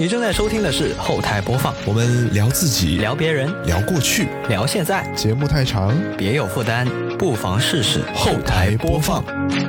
你正在收听的是后台播放， 我们聊自己， 聊别人， 聊过去， 聊现在。 节目太长， 别有负担，不妨试试后台播放。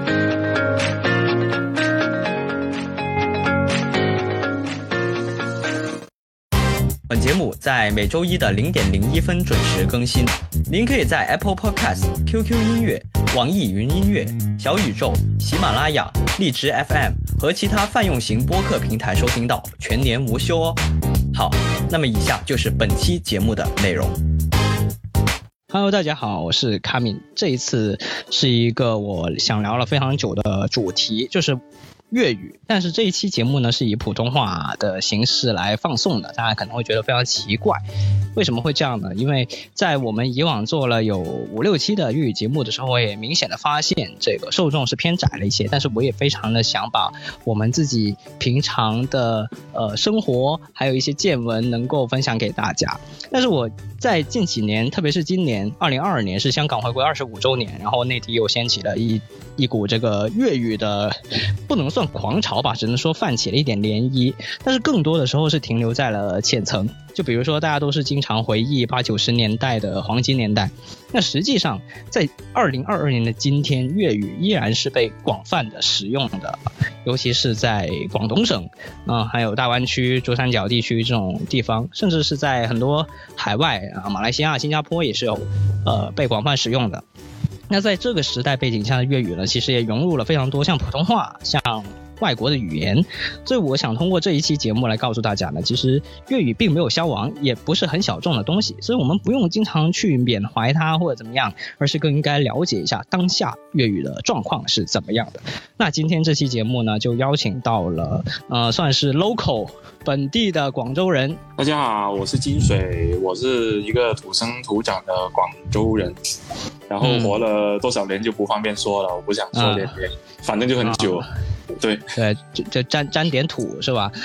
本节目在每周一的0:01准时更新，您可以在 Apple Podcast、QQ 音乐、网易云音乐、小宇宙、喜马拉雅、荔枝 FM 和其他泛用型播客平台收听到，全年无休哦。好，那么以下就是本期节目的内容。Hello， 大家好，我是卡敏。这一次是一个我想聊了非常久的主题，就是粤语，但是这一期节目呢是以普通话的形式来放送的，大家可能会觉得非常奇怪，为什么会这样呢？因为在我们以往做了有5-6期的粤语节目的时候，我也明显的发现这个受众是偏窄了一些，但是我也非常的想把我们自己平常的生活还有一些见闻能够分享给大家。但是我在近几年，特别是今年2022年是香港回归25周年，然后内地又掀起了一股这个粤语的不能算狂潮吧，只能说泛起了一点涟漪，但是更多的时候是停留在了浅层。就比如说大家都是经常回忆80-90年代的黄金年代，那实际上在2022年的今天，粤语依然是被广泛的使用的，尤其是在广东省还有大湾区、珠三角地区这种地方，甚至是在很多海外马来西亚、新加坡也是有被广泛使用的。那在这个时代背景下的粤语呢，其实也融入了非常多像普通话、像外国的语言，所以我想通过这一期节目来告诉大家呢，其实粤语并没有消亡，也不是很小众的东西，所以我们不用经常去缅怀它或者怎么样，而是更应该了解一下当下粤语的状况是怎么样的。那今天这期节目呢，就邀请到了算是 local 本地的广州人。 大家好，我是金水，我是一个土生土长的广州人，然后活了多少年就不方便说了，我不想说年龄，反正就很久。对， 就沾点土是吧？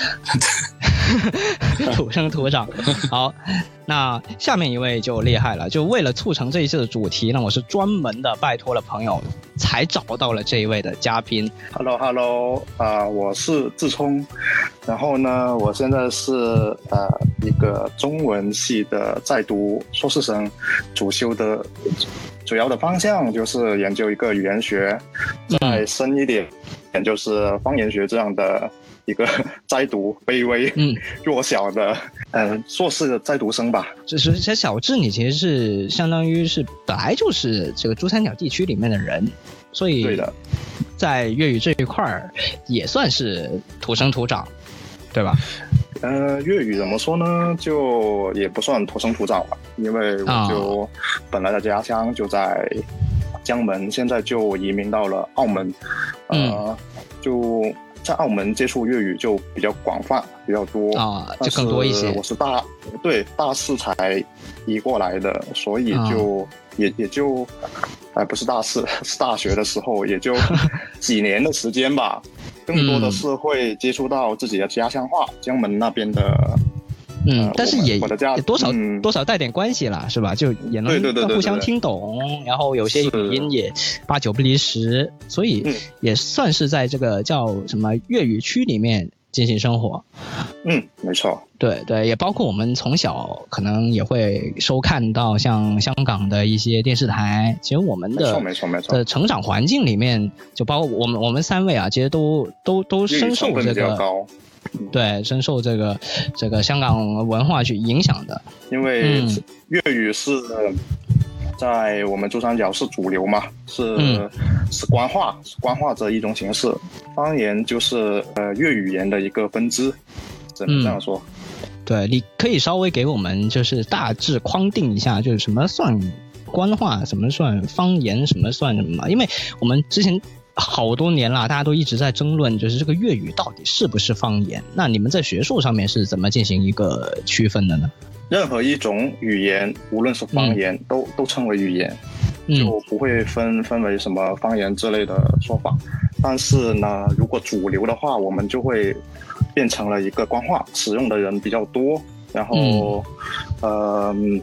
土生土长。好，那下面一位就厉害了，就为了促成这一次的主题呢，我是专门的拜托了朋友才找到了这一位的嘉宾。 Hello， 我是志聪，然后呢，我现在是一个中文系的在读硕士生，主要的方向就是研究一个语言学，再深一点就是方言学这样的一个在读卑微弱小的硕士的在读生吧。 就是小智，你其实是相当于是本来就是这个珠三角地区里面的人，所以对的，在粤语这一块也算是土生土长，对吧？ 粤语怎么说呢，就也不算土生土长吧，因为我就本来的家乡就在江门，现在就移民到了澳门，就在澳门接触粤语就比较广泛比较多就更多一些。 我是大四才移过来的，所以就也就不是大四，是大学的时候，也就几年的时间吧。更多的是会接触到自己的家乡话，江门那边的。 但是也我的家多少带点关系啦，是吧？就也能互相听懂，然后有些语音也8-9不离10，所以也算是在这个叫什么粤语区里面进行生活。 没错。 对，也包括我们从小可能也会收看到像香港的一些电视台，其实我们的没错成长环境里面，就包括我们3位啊，其实都深受这个。对，深受这个香港文化去影响的， 因为粤语是在我们珠三角是主流嘛，是官话这一种形式，方言就是粤语言的一个分支，只能这样说。 对，你可以稍微给我们就是大致框定一下，就是什么算官话，什么算方言，什么算什么？因为我们之前好多年了，大家都一直在争论，就是这个粤语到底是不是方言？那你们在学术上面是怎么进行一个区分的呢？ 任何一种语言，无论是方言，都称为语言，就不会分为什么方言之类的说法。但是呢，如果主流的话，我们就会变成了一个官话，使用的人比较多。然后，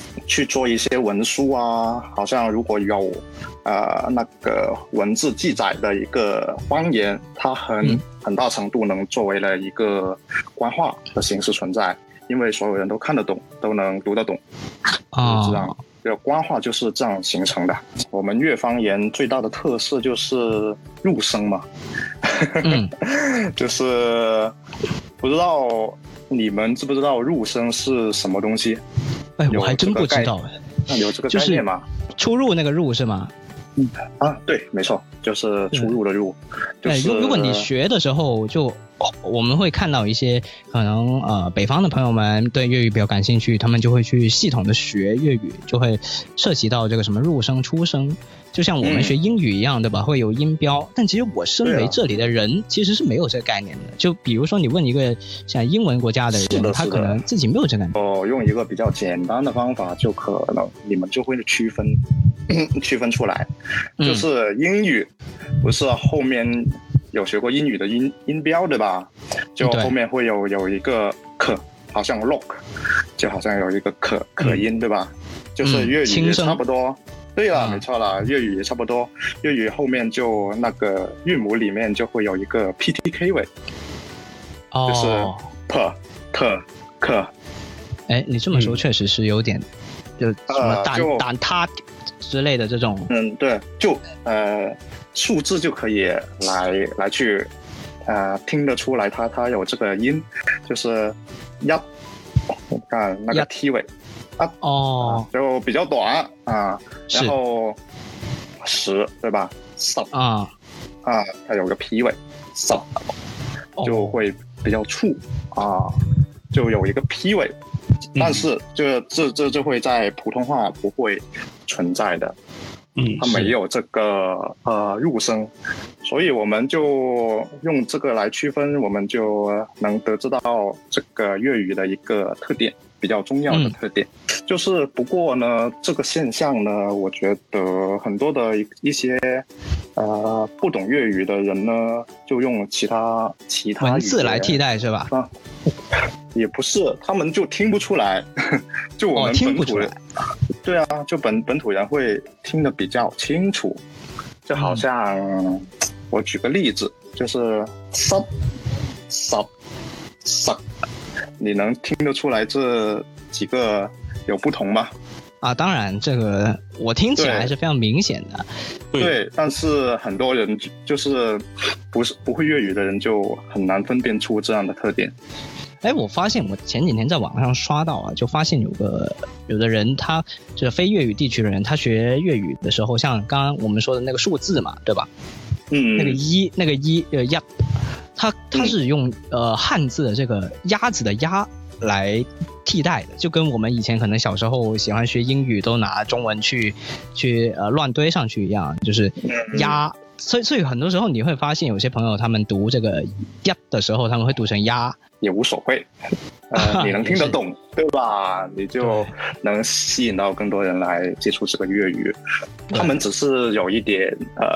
去做一些文书啊，好像如果有那个文字记载的一个方言，它很大程度能作为了一个官话的形式存在，因为所有人都看得懂，都能读得懂，这样。这个官话就是这样形成的。我们粤方言最大的特色就是入声嘛，就是不知道你们知不知道入声是什么东西？ 我还真不知道有这个概念吗？ 出入那个入是吗？ 对，没错，就是出入的入。 如果你学的时候就。我们会看到一些可能北方的朋友们对粤语比较感兴趣，他们就会去系统的学粤语，就会涉及到这个什么入声出声，就像我们学英语一样，对吧？会有音标，但其实我身为这里的人其实是没有这个概念的。就比如说你问一个像英文国家的人，他可能自己没有这个概念。 用一个比较简单的方法，就可能你们就会区分出来，就是英语不是后面有学过英语的音标对吧？就后面会有一个可，好像 lock， 就好像有一个可音对吧？就是粤语也差不多。对了，没错了，粤语也差不多。粤语后面就那个韵母里面就会有一个 PTK 尾，就是 p t k。 你这么说确实是有点，就什么胆他之类的这种。 对，就数字就可以来去听得出来它有这个音，就是一，我看那个 T 尾就比较短然后10对吧？10它有个 P 尾10就会比较粗就有一个 P 尾，但是这会在普通话不会存在的。它没有这个入声，所以我们就用这个来区分，我们就能得知到这个粤语的一个特点，比较重要的特点。就是不过呢，这个现象呢，我觉得很多的一些不懂粤语的人呢，就用其他文字来替代是吧？ 也不是，他们就听不出来，就我们本土人，对啊，就本土人会听得比较清楚，就好像我举个例子，就是十，你能听得出来这几个有不同吗？ 当然，这个我听起来还是非常明显的。 对，但是很多人就是不会粤语的人就很难分辨出这样的特点。 我发现我前几天在网上刷到就发现有的人他就是非粤语地区的人，他学粤语的时候，像刚刚我们说的那个数字嘛，对吧？那个一呀，他是用汉字的这个鸭子的鸭来替代的，就跟我们以前可能小时候喜欢学英语都拿中文去乱堆上去一样，就是鸭。所以很多时候你会发现有些朋友他们读这个呀的时候，他们会读成鸭， 也无所谓，你能听得懂对吧？你就能吸引到更多人来接触这个粤语。他们只是有一点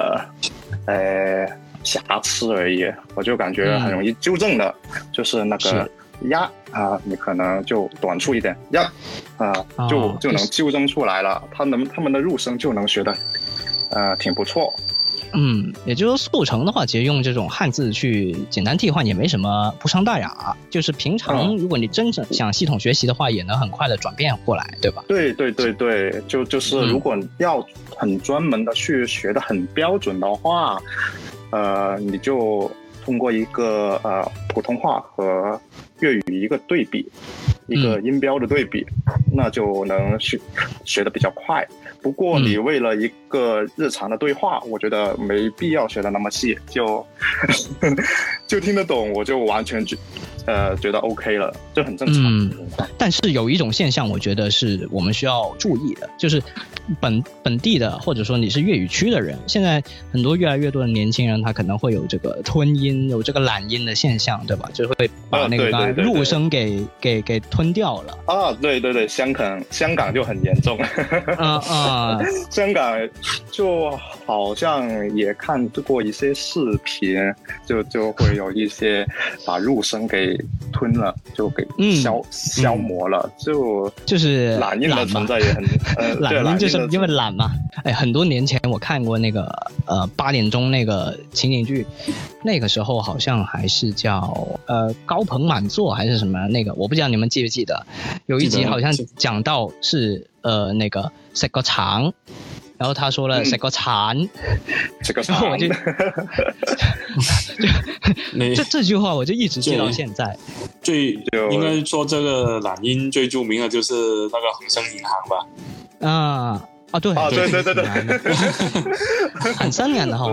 瑕疵而已，我就感觉很容易纠正的，就是那个呀你可能就短促一点呀就能纠正出来了，他们的入声就能学得挺不错。 也就是说速成的话，其实用这种汉字去简单替换也没什么不伤大雅，就是平常如果你真正想系统学习的话，也能很快的转变过来，对吧？对，就是如果要很专门的去学得很标准的话，你就通过一个普通话和粤语一个对比，一个音标的对比，那就能学得比较快。不过你为了一个日常的对话，我觉得没必要学得那么细，就听得懂，我就完全觉得 OK 了，就很正常。但是有一种现象，我觉得是我们需要注意的，就是本地的或者说你是粤语区的人，现在很多越来越多的年轻人，他可能会有这个吞音、有这个懒音的现象，对吧？就会把那个入声给吞掉了。对，香港就很严重。香港就好像也看过一些视频，就会有一些把入声给给吞了，就给消磨了， 就是懒音的存在也很懒音就是因为懒嘛。哎，很多年前我看过那个8点钟那个情景剧，那个时候好像还是叫高朋满座还是什么那个，我不知道你们记不记得，有一集好像讲到是那个食個橙，然後他說了食個橙，然後我就這句話我就一直記到現在。 應該說這個懶音最著名的就是那個恒生銀行吧。 對，很3年了哈。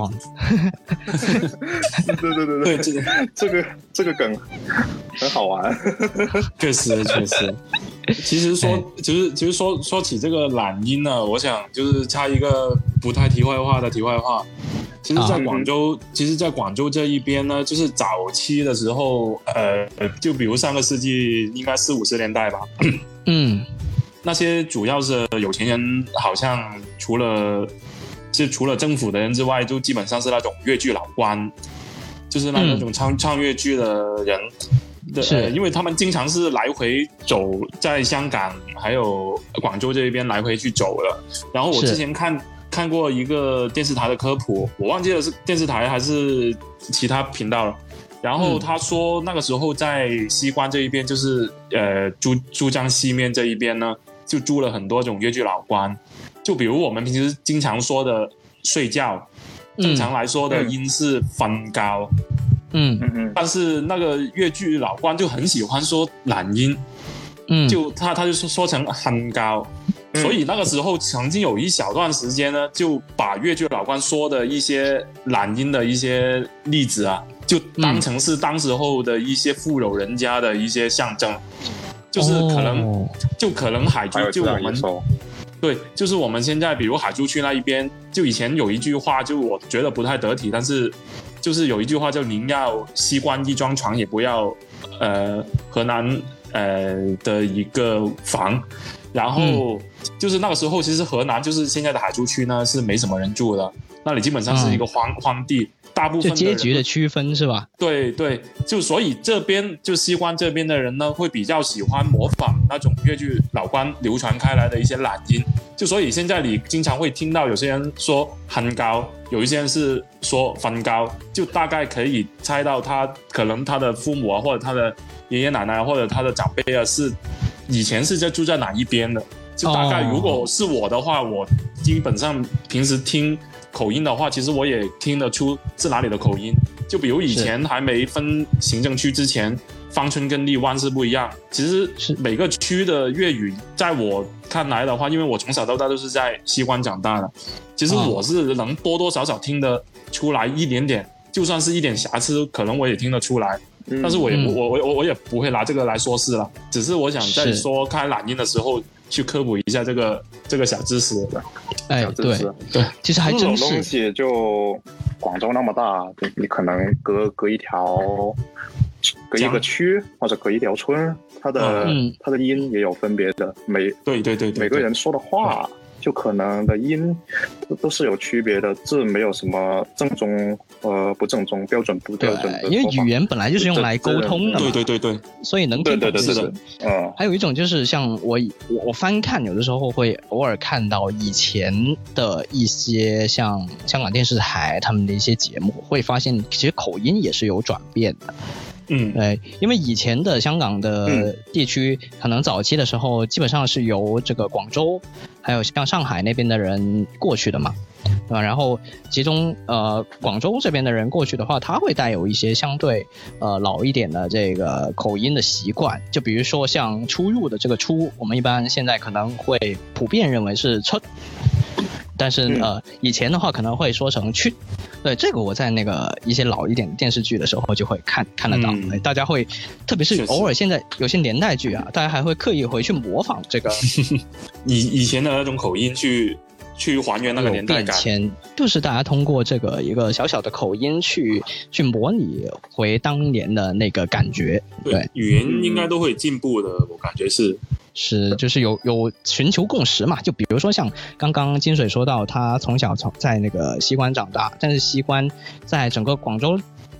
对，这个梗很好玩。 确实。其实说起这个懒音呢，我想就是插一个不太题外话的题外话。其实在广州这一边呢，就是早期的时候，就比如上个世纪应该40-50年代吧。那些主要是有钱人，好像除了政府的人之外，就基本上是那种粤剧老倌，就是那种唱粤剧的人。因为他们经常是来回走，在香港还有广州这边来回去走了。然后我之前看过一个电视台的科普，我忘记了是电视台还是其他频道了。然后他说那个时候在西关这一边，就是珠江西面这一边呢，就租了很多种粤剧老倌。就比如我们平时经常说的睡觉，正常来说的音是瞓覺。但是那个粤剧老倌就很喜欢说懶音，就他就说成瞓覺。所以那个时候曾经有一小段时间呢，就把粤剧老倌说的一些懶音的一些例子啊，就当成是当时候的一些富有人家的一些象征，就是可能海珠，就我们对，就是我们现在比如海珠区那一边，就以前有一句话，就我觉得不太得体，但是就是有一句话叫您要西关一张床也不要河南的一个房。然后就是那个时候其实河南就是现在的海珠区呢是没什么人住的，那里基本上是一个荒地，大部分就阶级的区分是吧？ 对，就所以这边就西关这边的人呢会比较喜欢模仿那种粤剧老倌流传开来的一些懶音，就所以现在你经常会听到有些人说瞓覺，有一些人是说瞓覺，就大概可以猜到他可能他的父母啊，或者他的爷爷奶奶或者他的长辈啊是以前是住在哪一边的，就大概如果是我的话，我基本上平时听口音的话，其实我也听得出是哪里的口音。就比如以前还没分行政区之前，芳村跟荔湾是不一样。其实每个区的粤语，在我看来的话，因为我从小到大都是在西关长大的，其实我是能多多少少听得出来一点点，就算是一点瑕疵，可能我也听得出来。但是我也不会拿这个来说事了，只是我想在说开懶音的时候去科普一下这个小知识。 对，其实还真是。这种东西就广州那么大，你可能隔一个区或者隔一条村，它的音也有分别的。对，每个人说的话。就可能的音都是有区别的，这没有什么正宗不正宗、标准不标准的。 因为语言本来就是用来沟通的嘛。 对， 所以能听懂是的。还有一种就是像我翻看，有的时候会偶尔看到以前的一些像香港电视台他们的一些节目，会发现其实口音也是有转变的。对，因为以前的香港的地区，可能早期的时候基本上是由这个广州还有像上海那边的人过去的嘛，对吧？然后其中广州这边的人过去的话，他会带有一些相对老一点的这个口音的习惯，就比如说像出入的这个出，我们一般现在可能会普遍认为是出，但是以前的话可能会说成去。对，这个我在那个一些老一点的电视剧的时候就会看得到，大家会，特别是偶尔现在有些年代剧啊，大家还会刻意回去模仿这个以前的那种口音去还原那个年代感。以前就是大家通过这个一个小小的口音去模拟回当年的那个感觉。对， 语言应该都会进步的，我感觉是就是有寻求共识嘛，就比如说像刚刚金水说到他从小在那个西关长大，但是西关在整个广州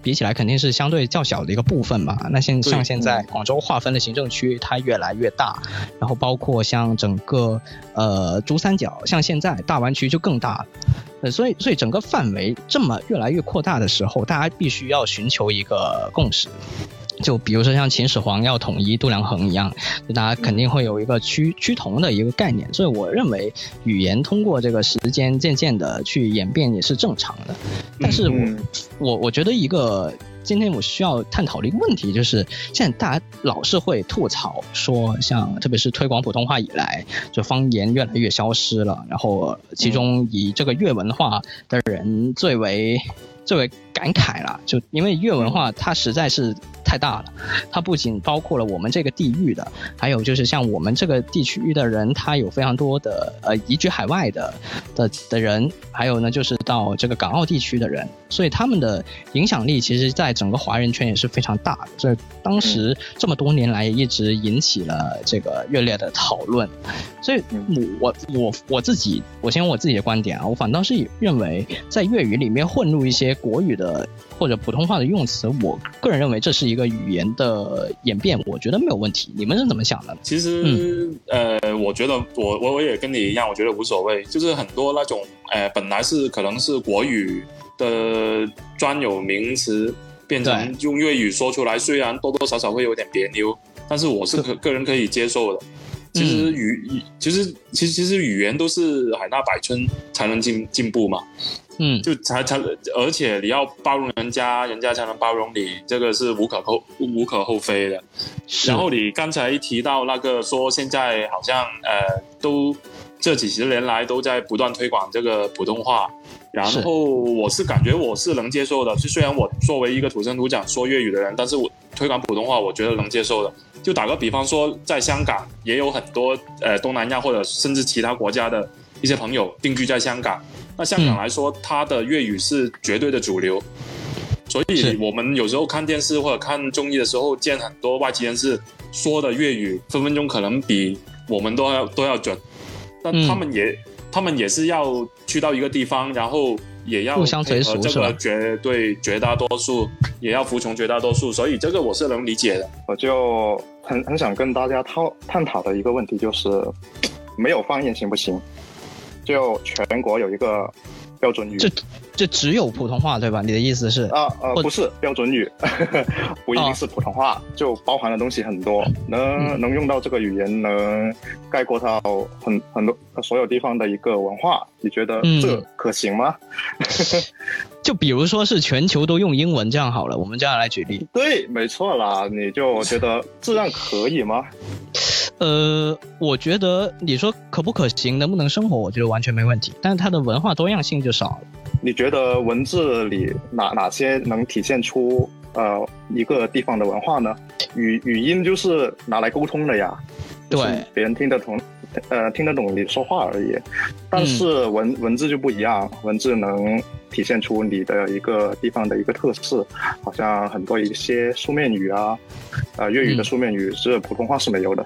比起来肯定是相对较小的一个部分嘛。那像现在广州划分的行政区它越来越大，然后包括像整个珠三角，像现在大湾区就更大了。所以整个范围这么越来越扩大的时候，大家必须要寻求一个共识。就比如说像秦始皇要统一度量衡一样，就大家肯定会有一个趋同的一个概念。所以我认为语言通过这个时间渐渐的去演变也是正常的。但是我觉得今天我需要探讨的一个问题就是，现在大家老是会吐槽说，像特别是推广普通话以来，就方言越来越消失了，然后其中以这个粤文化的人最为感慨了，就因为粤文化它实在是太大了，它不仅包括了我们这个地域的，还有就是像我们这个地区的人，他有非常多的移居海外的人，还有呢就是到这个港澳地区的人，所以他们的影响力其实在整个华人圈也是非常大的。所以当时这么多年来一直引起了这个热烈的讨论。所以我自己先用我自己的观点啊，我反倒是认为在粤语里面混入一些国语的或者普通话的用词，我个人认为这是一个语言的演变，我觉得没有问题。你们是怎么想的？ 其实我觉得我也跟你一样，我觉得无所谓。就是很多那种本来是可能是国语的专有名词，变成用粤语说出来，虽然多多少少会有点别扭，但是我是个人可以接受的。其实其实语言都是海纳百川才能进步嘛。就而且你要包容人家才能包容你，这个是无可厚非的。然后你刚才提到那个说现在好像都这几十年来都在不断推广这个普通话，然后我是感觉我是能接受的。就虽然我作为一个土生土长说粤语的人，但是我推广普通话我觉得能接受的。就打个比方说，在香港也有很多东南亚或者甚至其他国家的一些朋友定居在香港，那香港来说，它的粤语是绝对的主流，所以我们有时候看电视或者看综艺的时候，见很多外籍人士说的粤语，分分钟可能比我们都要准。但他们也是要去到一个地方，然后也要互相追逐， 这个绝大多数，也要服从绝大多数，所以这个我是能理解的。 我就很想跟大家探讨的一个问题就是，没有方言行不行？就全国有一个标准语， 这只有普通话对吧？你的意思是不是标准语，不一定是普通话，就包含的东西很多，能用到这个语言，能概括到很多所有地方的一个文化，你觉得这可行吗？ 就比如说是全球都用英文这样好了，我们这样来举例。 对，没错啦，你就觉得这样可以吗？ 我觉得你说可不可行，能不能生活，我觉得完全没问题，但是它的文化多样性就少了。 你觉得文字里哪些能体现出一个地方的文化呢？语音就是拿来沟通的呀，对，别人听得懂你说话而已。但是文字就不一样，文字能体现出你的一个地方的一个特色，好像很多一些书面语啊，粤语的书面语是普通话是没有的。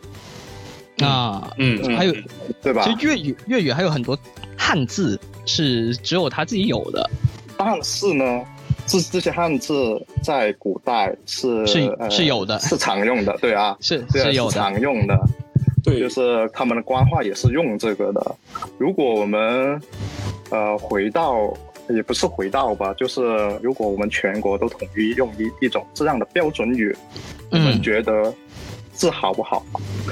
还有对吧？ 其实粤语还有很多汉字是只有他自己有的， 但是呢，这些汉字在古代是有的，是常用的，对啊，是有的，是常用的，对，就是他们的官话也是用这个的。如果我们回到，也不是回到吧，就是如果我们全国都统一用一种这样的标准语，你们觉得这好不好？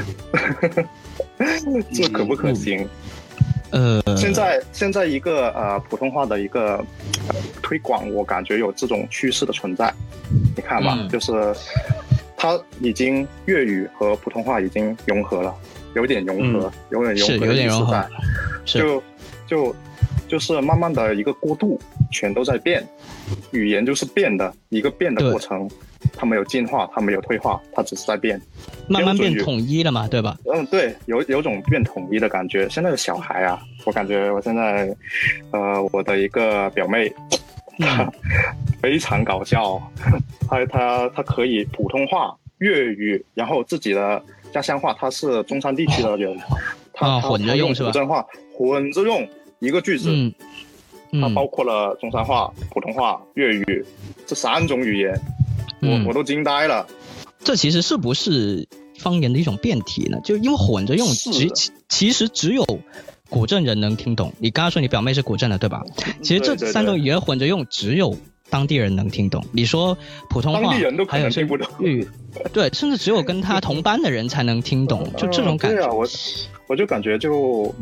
这可不可行？现在一个普通话的一个推广，我感觉有这种趋势的存在。你看吧，就是它已经粤语和普通话已经融合了，有点融合，有点融合的意思在，就是慢慢的一个过渡，全都在变，语言就是变的一个变的过程。它没有进化，它没有退化，它只是在变， 慢慢变统一了嘛，对吧？ 对，有种变统一的感觉。现在的小孩啊，我感觉我现在，我的一个表妹，非常搞笑，她可以普通话、粤语，然后自己的家乡话，她是中山地区的人，她混着用是吧？ 普通话混着用一个句子。 它包括了中山话、普通话、粤语这3种语言，我都惊呆了。 这其实是不是方言的一种变体呢？就因为混着用，其实只有古镇人能听懂。你刚刚说你表妹是古镇的，对吧？其实这3种语言混着用，只有当地人能听懂。你说普通话， 当地人都可能听不懂粤语，对，甚至只有跟他同班的人才能听懂，就这种感觉。 对啊，我就感觉就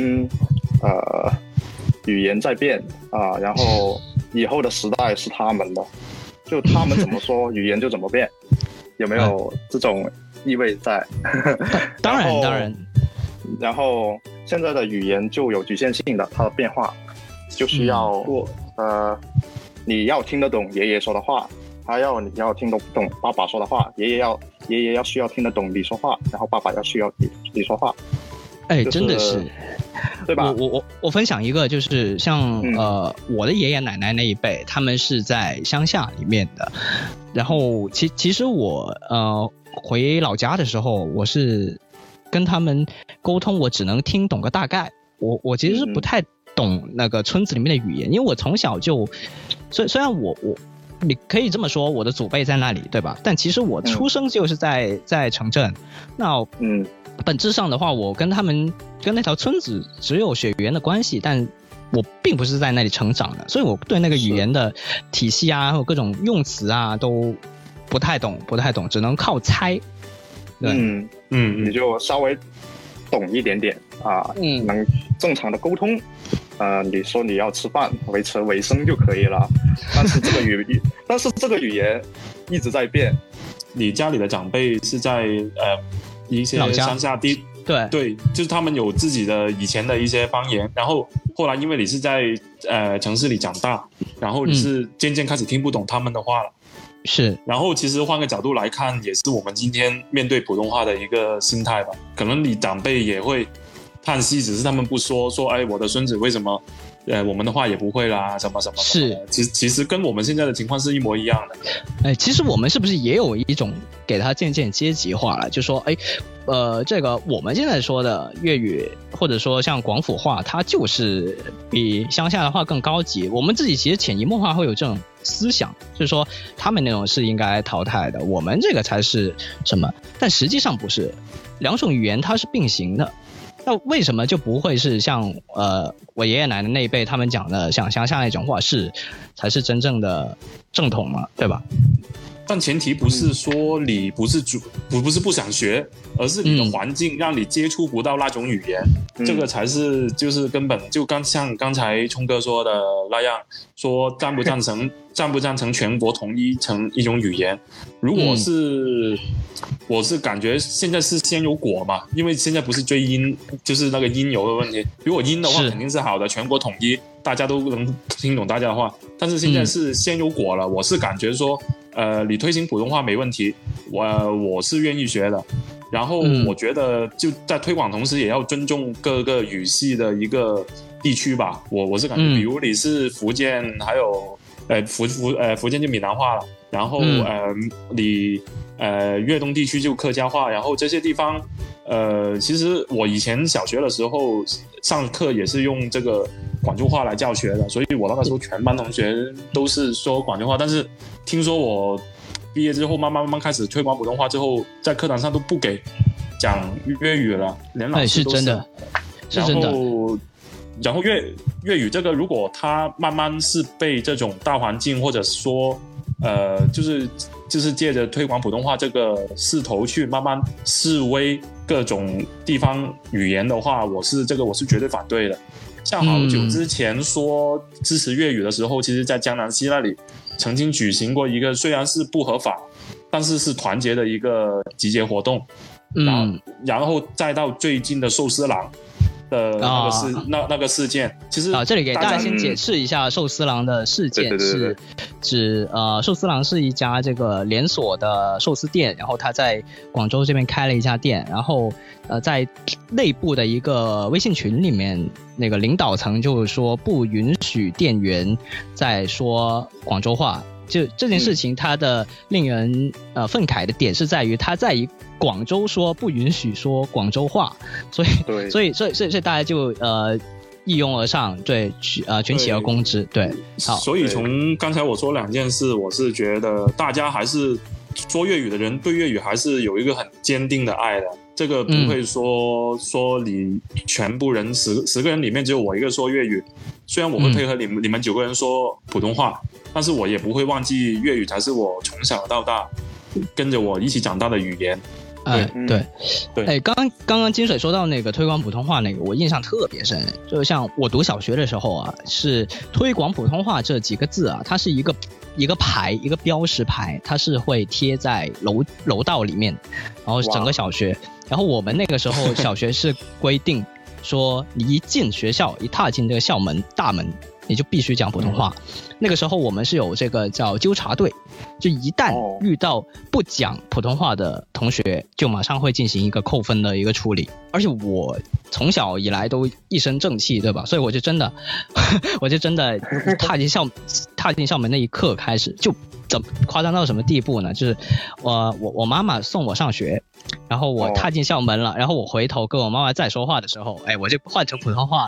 语言在变啊，然后以后的时代是他们的，就他们怎么说，语言就怎么变，有没有这种意味在？ 当然。 然后现在的语言就有局限性的，它的变化就需要你要听得懂爷爷说的话，你要听得懂爸爸说的话，爷爷要需要听得懂你说话，然后爸爸要需要你说话。 真的是， 对吧？ 我分享一个，就是像我的爷爷奶奶那一辈，他们是在乡下里面的，然后其实我回老家的时候，我是跟他们沟通，我只能听懂个大概，我其实是不太懂那个村子里面的语言，因为我从小就，虽然你可以这么说，我的祖辈在那里，对吧？但其实我出生就是在城镇，那本质上的话，我跟那条村子只有血缘的关系，但我并不是在那里成长的，所以我对那个语言的体系啊，还有各种用词啊，都不太懂，只能靠猜。 你就稍微懂一点点啊，能正常的沟通。你说你要吃饭，维持卫生就可以了。但是这个语言一直在变。 你家里的长辈是在一些乡下地，对，就是他们有自己的以前的一些方言，然后后来因为你是在城市里长大，然后你是渐渐开始听不懂他们的话了。 是， 然后其实换个角度来看，也是我们今天面对普通话的一个心态吧。可能你长辈也会叹息，只是他们不说，哎，我的孙子为什么我们的话也不会啦，什么什么是， 其实跟我们现在的情况是一模一样的。 其实我们是不是也有一种给它渐渐阶级化了？就说这个我们现在说的粤语，或者说像广府话，它就是比乡下的话更高级。我们自己其实潜移默化会有这种思想，就是说他们那种是应该淘汰的，我们这个才是什么？但实际上不是，两种语言它是并行的。那为什么就不会是像我爷爷奶奶那一辈他们讲的像乡下那种话才是真正的正统嘛，对吧？ 但前提不是说你不是不想学，而是你的环境让你接触不到那种语言，这个才是就是根本。就像刚才冲哥说的那样，说赞不赞成全国统一成一种语言？如果是我是感觉现在是先有果嘛，因为现在不是追音，就是那个音游的问题。如果音的话肯定是好的，全国统一大家都能听懂大家的话，但是现在是先有果了。我是感觉说你推行普通话没问题，我是愿意学的。然后我觉得就在推广同时也要尊重各个语系的一个地区吧。我是感觉比如你是福建，还有福建就闽南话了，然后你粤东地区就客家话，然后这些地方其实我以前小学的时候上课也是用这个广州话来教学的，所以我那个时候全班同学都是说广州话。但是听说我毕业之后慢慢开始推广普通话之后，在课堂上都不给讲粤语了，连老师都是真的。然后粤语这个，如果它慢慢是被这种大环境或者说就是借着推广普通话这个势头去慢慢示威各种地方语言的话，我是绝对反对的。像好久之前说支持粤语的时候，其实在江南西那里曾经举行过一个虽然是不合法，但是是团结的一个集结活动。然后再到最近的寿司郎的那个事件，其实这里给大家先解释一下寿司郎的事件，是指寿司郎是一家这个连锁的寿司店，然后他在广州这边开了一家店，然后在内部的一个微信群里面，那个领导层就是说不允许店员在说广州话。就这件事情，它的令人愤慨的点是在于，他在广州说不允许说广州话，所以大家就一拥而上，对，群起而攻之，对。好， 所以从刚才我说2件事，我是觉得大家还是说粤语的人对粤语还是有一个很坚定的爱的，这个不会说你全部人10个人里面只有我一个说粤语，虽然我会配合你们9个人说普通话，但是我也不会忘记粤语才是我从小到大跟着我一起长大的语言。 对，刚刚金水说到那个推广普通话那个，我印象特别深。就像我读小学的时候啊，是推广普通话这几个字啊，它是一个牌，一个标识牌，它是会贴在楼道里面，然后整个小学。然后我们那个时候小学是规定说，你一进学校，一踏进这个校门大门，你就必须讲普通话。那个时候我们是有这个叫纠察队，就一旦遇到不讲普通话的同学，就马上会进行一个扣分的一个处理。而且我从小以来都一身正气，对吧？所以我就真的踏进校门那一刻开始，就夸张到什么地步呢？就是我妈妈送我上学，然后我踏进校门了，然后我回头跟我妈妈再说话的时候，我就换成普通话了。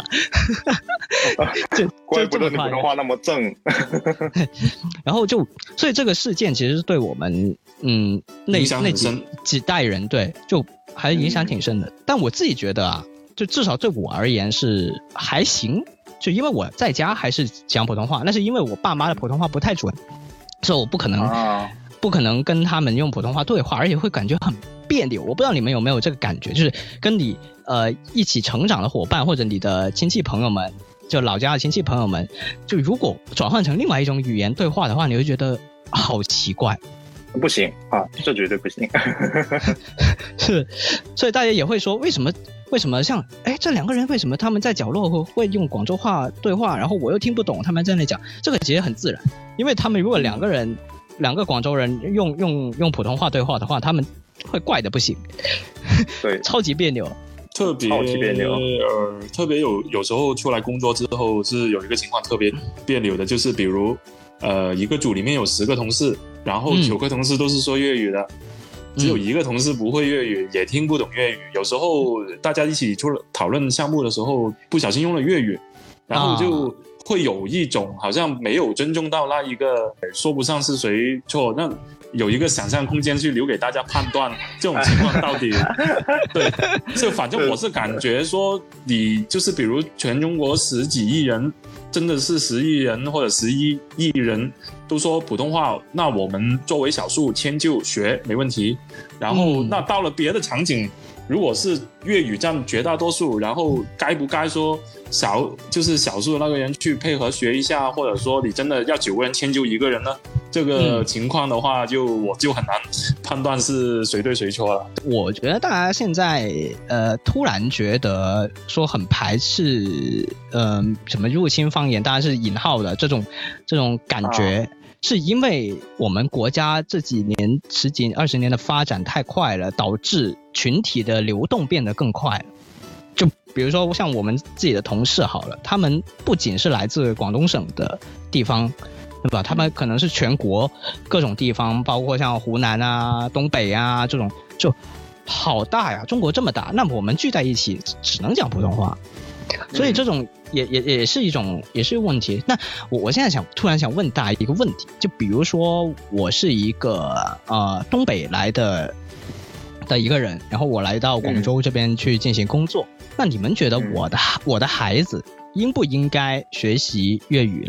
怪不得你普通话那么正。 然后所以这个事件其实是对我们那几代人对就还影响挺深的。但我自己觉得啊，就至少对我而言是还行，就因为我在家还是讲普通话，那是因为我爸妈的普通话不太准，所以我不可能跟他们用普通话对话，而且会感觉很别扭。我不知道你们有没有这个感觉，就是跟你一起成长的伙伴或者你的亲戚朋友们，就老家的亲戚朋友们，就如果转换成另外一种语言对话的话，你会觉得好奇怪。 不行啊，这绝对不行。 是，所以大家也会说，为什么像这2个人为什么他们在角落会用广州话对话，然后我又听不懂他们在那讲，这个其实很自然，因为他们如果2个广州人用普通话对话的话，他们会怪的不行， 对， 超级别扭。 特别有时候出来工作之后是有一个情况特别别扭的，就是比如一个组里面有10个同事，然后9个同事都是说粤语的，只有1个同事不会粤语，也听不懂粤语。有时候大家一起讨论项目的时候不小心用了粤语，然后就会有一种好像没有尊重到那一个，说不上是谁错，那有一个想象空间去留给大家判断这种情况到底对，就反正我是感觉说，你就是比如全中国10几亿人，真的是10亿人或者11亿人都说普通话，那我们作为少数迁就学没问题。然后那到了别的场景，如果是粤语占绝大多数，然后该不该说就是少数的那个人去配合学一下，或者说你真的要9个人迁就1个人呢？这个情况的话，我就很难判断是谁对谁错了。 我觉得大家现在突然觉得说很排斥什么入侵方言，当然是引号的这种感觉。是因为我们国家这几年10几20年的发展太快了，导致群体的流动变得更快了。就比如说像我们自己的同事好了，他们不仅是来自广东省的地方，对吧？他们可能是全国各种地方，包括像湖南啊、东北啊这种，就好大呀！中国这么大，那么我们聚在一起只能讲普通话，所以这种也是一种问题。那我现在突然想问大家一个问题，就比如说我是一个东北来的一个人，然后我来到广州这边去进行工作，那你们觉得我的孩子应不应该学习粤语呢？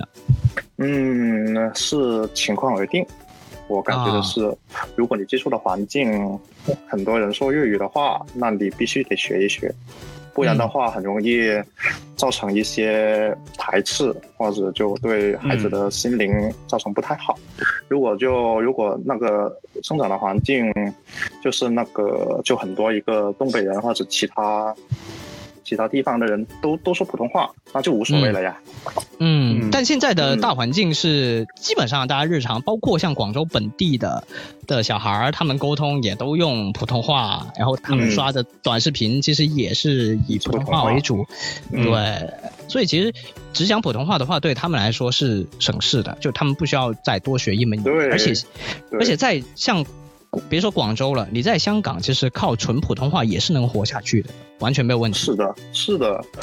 是情况而定。我感觉的是，如果你接触的环境很多人说粤语的话，那你必须得学一学，不然的话很容易造成一些排斥，或者就对孩子的心灵造成不太好。如果那个生长的环境就是就很多一个东北人或者其他地方的人都说普通话，那就无所谓了呀。 但现在的大环境是基本上大家日常，包括像广州本地的小孩，他们沟通也都用普通话，然后他们刷的短视频其实也是以普通话为主。对，所以其实只讲普通话的话，对他们来说是省事的，就他们不需要再多学一门语言。而且在像别说广州了，你在香港其实靠纯普通话也是能活下去的，完全没有问题。 是的，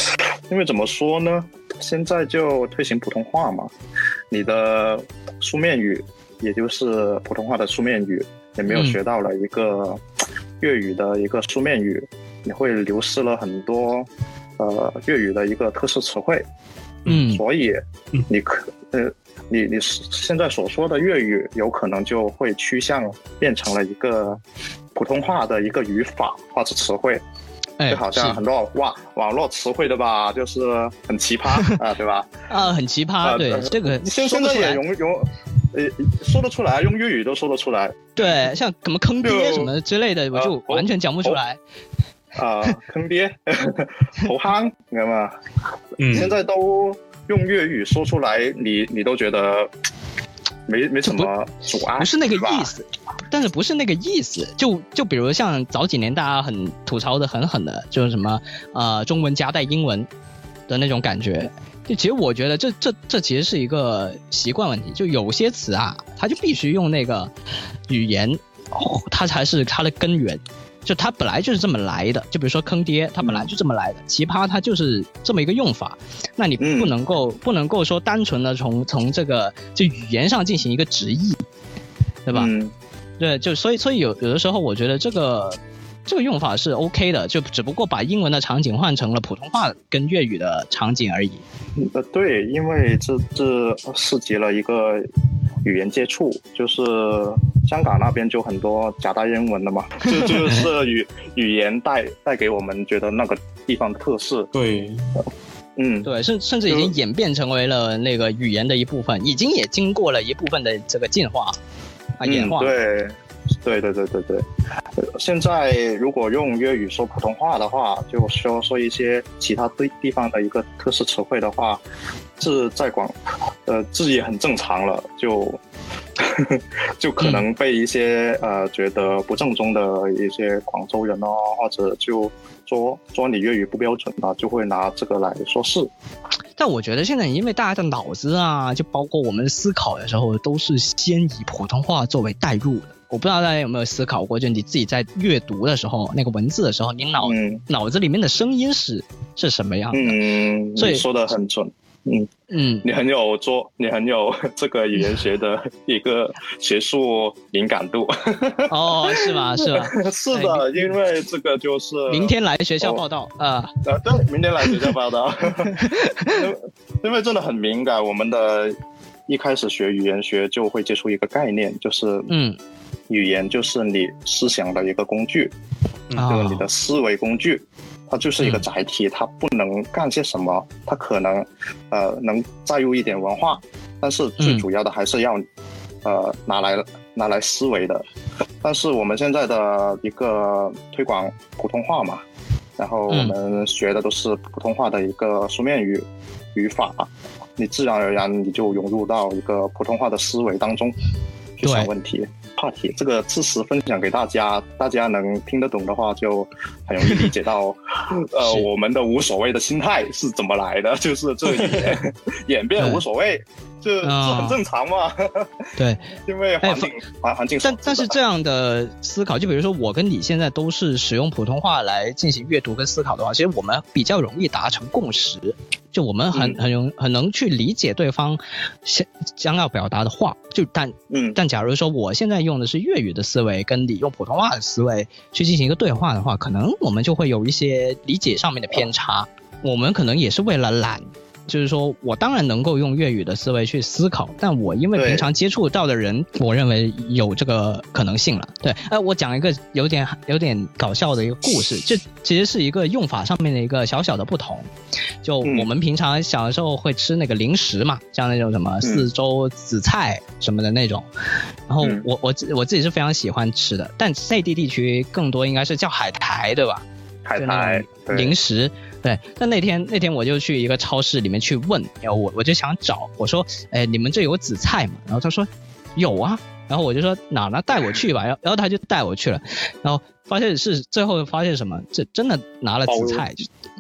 因为怎么说呢，现在就推行普通话嘛，你的书面语也就是普通话的书面语也没有学到了一个粤语的一个书面语，你会流失了很多粤语的一个特色词汇。所以你现在所说的粤语有可能就会趋向变成了一个普通话的一个语法或者词汇，就好像很多网络词汇的吧，就是很奇葩啊，对吧？ 很奇葩，对，这个现在也说得出来，用粤语都说得出来。 对，像什么坑爹什么之类的，我就完全讲不出来。 坑爹好坑，你知道吗？现在都用粤语说出来，你都觉得没什么阻碍， 不是那个意思。但是不是那个意思，就比如像早几年大家很吐槽的很狠的，就是什么中文夹带英文的那种感觉。就其实我觉得这其实是一个习惯问题，就有些词啊，它就必须用那个语言，它才是它的根源。就它本来就是这么来的，就比如说坑爹，它本来就这么来的，奇葩它就是这么一个用法，那你不能够说单纯的从这个就语言上进行一个直译，对吧？对，就所以有的时候我觉得这个用法是 OK 的，就只不过把英文的场景换成了普通话跟粤语的场景而已。 对，因为这涉及了一个语言接触，就是香港那边就很多夹带英文的嘛，就是语言带给我们觉得那个地方的特色。 对， 对，甚至已经演变成为了那个语言的一部分，已经也经过了一部分的这个进化演化。 对。现在如果用粤语说普通话的话，就说一些其他地方的一个特色词汇的话，这在这也很正常了，就可能被一些觉得不正宗的一些广州人哦，或者就说你粤语不标准啊，就会拿这个来说事。 但我觉得现在因为大家的脑子啊，就包括我们思考的时候，都是先以普通话作为代入的。我不知道大家有没有思考过，就你自己在阅读的时候，那个文字的时候，你脑子里面的声音是什么样的？所以你说得很准。你很有这个语言学的一个学术敏感度。 是吧？是的，因为这个就是明天来学校报道对，明天来学校报道。因为真的很敏感，我们的一开始学语言学就会接触一个概念，就是语言就是你思想的一个工具，就是你的思维工具。它就是一个载体，它不能干些什么，它可能能载入一点文化，但是最主要的还是要拿来思维的。但是我们现在的一个推广普通话嘛，然后我们学的都是普通话的一个书面语法，你自然而然你就融入到一个普通话的思维当中去想问题。话题这个知识分享给大家能听得懂的话，就很容易理解到我们的无所谓的心态是怎么来的，就是这个演变无所谓，这很正常嘛。 对， 因为环境但是这样的思考，就比如说我跟你现在都是使用普通话来进行阅读跟思考的话，其实我们比较容易达成共识，就我们很能去理解对方将要表达的话。就但假如说我现在用的是粤语的思维，跟你用普通话的思维去进行一个对话的话，可能我们就会有一些理解上面的偏差。我们可能也是为了懒，就是说我当然能够用粤语的思维去思考，但我因为平常接触到的人，我认为有这个可能性了。对，我讲一个有点搞笑的一个故事，这其实是一个用法上面的一个小小的不同。就我们平常小的时候会吃那个零食嘛，像那种什么四周紫菜什么的那种，然后我自己是非常喜欢吃的，但内地地区更多应该是叫海苔，对吧？ 海苔零食。对，但那天我就去一个超市里面去问，然后我就想找，我说你们这有紫菜吗？然后他说有啊，然后我就说哪带我去吧，然后他就带我去了，然后最后发现什么，这真的拿了紫菜，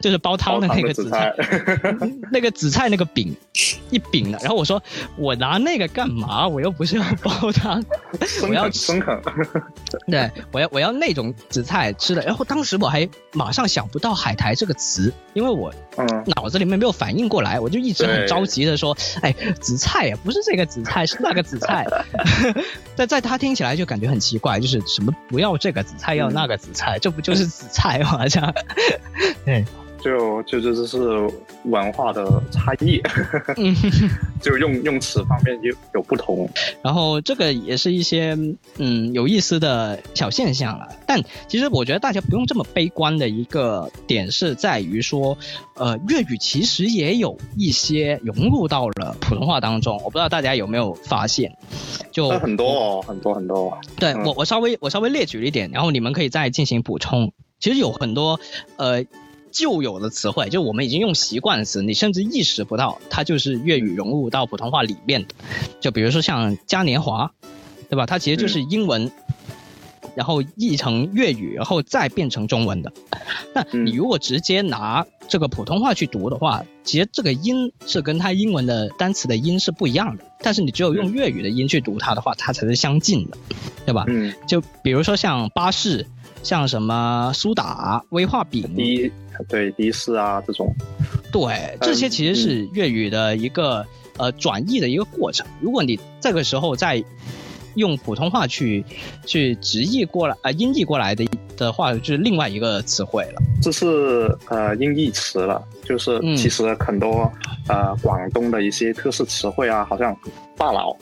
就是煲汤的那个紫菜，那个紫菜那个饼一饼的。然后我说我拿那个干嘛？我又不是要煲汤，我要吃。对，我要那种紫菜吃的。然后当时我还马上想不到海苔这个词，因为我脑子里面没有反应过来，我就一直很着急的说，哎，紫菜啊，不是这个紫菜，是那个紫菜。在他听起来就感觉很奇怪，就是什么不要这个紫菜，要那个紫菜，这不就是紫菜吗？这样，对。 这是文化的差异，就用词方面有不同。 然后这个也是一些有意思的小现象了。但其实我觉得大家不用这么悲观的一个点是在于说，粤语其实也有一些融入到了普通话当中。我不知道大家有没有发现，就很多很多。 对，我稍微列举了一点，然后你们可以再进行补充。其实有很多旧有的词汇，就我们已经用习惯词，你甚至意识不到它就是粤语融入到普通话里面的。就比如说像嘉年华，对吧？它其实就是英文，然后译成粤语，然后再变成中文的。那你如果直接拿这个普通话去读的话，其实这个音是跟它英文的单词的音是不一样的，但是你只有用粤语的音去读它的话，它才是相近的，对吧？就比如说像巴士，像什么苏打、威化饼， 对，的士啊这种， 对，这些其实是粤语的一个转译的一个过程。如果你这个时候再用普通话去直译过来音译过来的话，就是另外一个词汇了。 这是音译词了，就是其实很多广东的一些特色词汇啊，好像大佬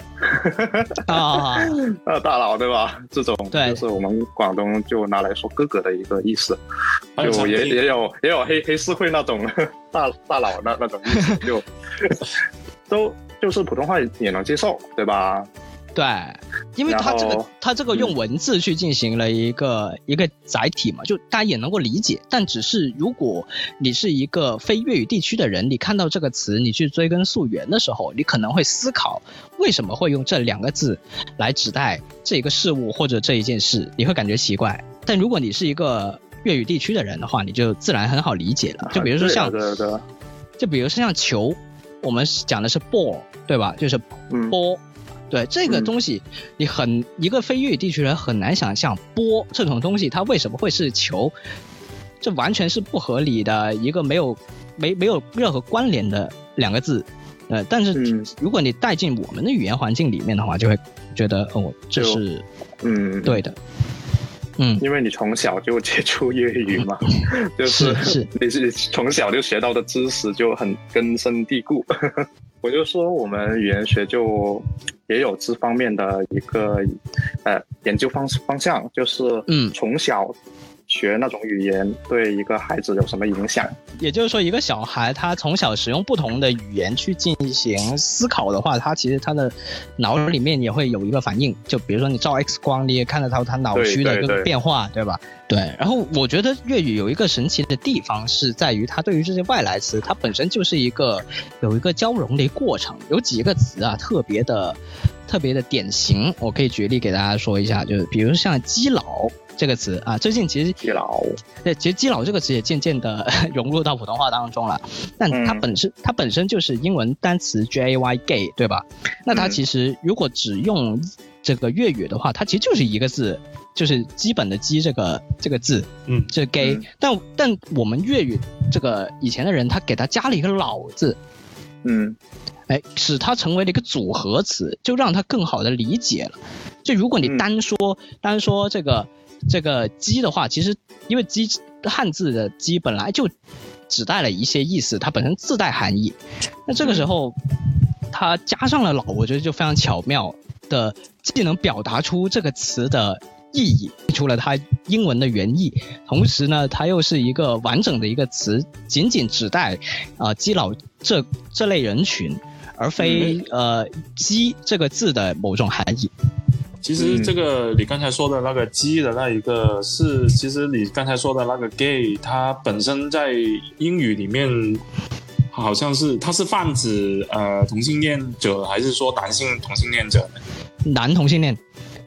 大佬对吧？这种就是我们广东就拿来说哥哥的一个意思，就也有黑社会那种大佬那种意思，就就是普通话也能接受，对吧？ 对，因为他这个用文字去进行了一个载体嘛，就大家也能够理解。但只是如果你是一个非粤语地区的人，你看到这个词，你去追根溯源的时候，你可能会思考为什么会用这两个字来指代这一个事物或者这一件事，你会感觉奇怪。但如果你是一个粤语地区的人的话，你就自然很好理解了。就比如说像，就比如说像球，我们讲的是 ball， 对吧？就是 ball。对这个东西，一个非粤语地区人很难想象波这种东西它为什么会是球，这完全是不合理的一个没有任何关联的两个字。但是如果你带进我们的语言环境里面的话，就会觉得这是对的。 因为你从小就接触粤语嘛，就是你从小就学到的知识就很根深蒂固。我就说我们语言学就也有这方面的一个研究方向，就是从小学那种语言对一个孩子有什么影响。 也就是说一个小孩他从小使用不同的语言去进行思考的话，他其实他的脑里面也会有一个反应，就比如说你照 X 光你也看得到他脑区的这个变化， 对吧？对。然后我觉得粤语有一个神奇的地方是在于它对于这些外来词，它本身就是有一个交融的一个过程。有几个词啊特别的典型，我可以举例给大家说一下，就是比如像基佬这个词啊，最近其实基佬， 对，其实基佬这个词也渐渐的融入到普通话当中了。但它本身就是英文单词 J-A-Y gay， 对吧？那它其实如果只用这个粤语的话，它其实就是一个字，就是基本的基这个字，这 gay。但我们粤语这个以前的人，他给它加了一个老字，使它成为了一个组合词，就让它更好的理解了。就如果你单说这个鸡的话，其实因为鸡汉字的鸡本来就只带了一些意思，它本身自带含义。那这个时候它加上了老，我觉得就非常巧妙的，既能表达出这个词的意义，除了它英文的原意，同时呢它又是一个完整的一个词，仅仅指代基佬这类人群，而非鸡这个字的某种含义。 其实这个你刚才说的那个鸡的那一个是，其实你刚才说的那个 gay， 它本身在英语里面好像是它是泛指同性恋者，还是说男性同性恋者呢？ 男同性恋。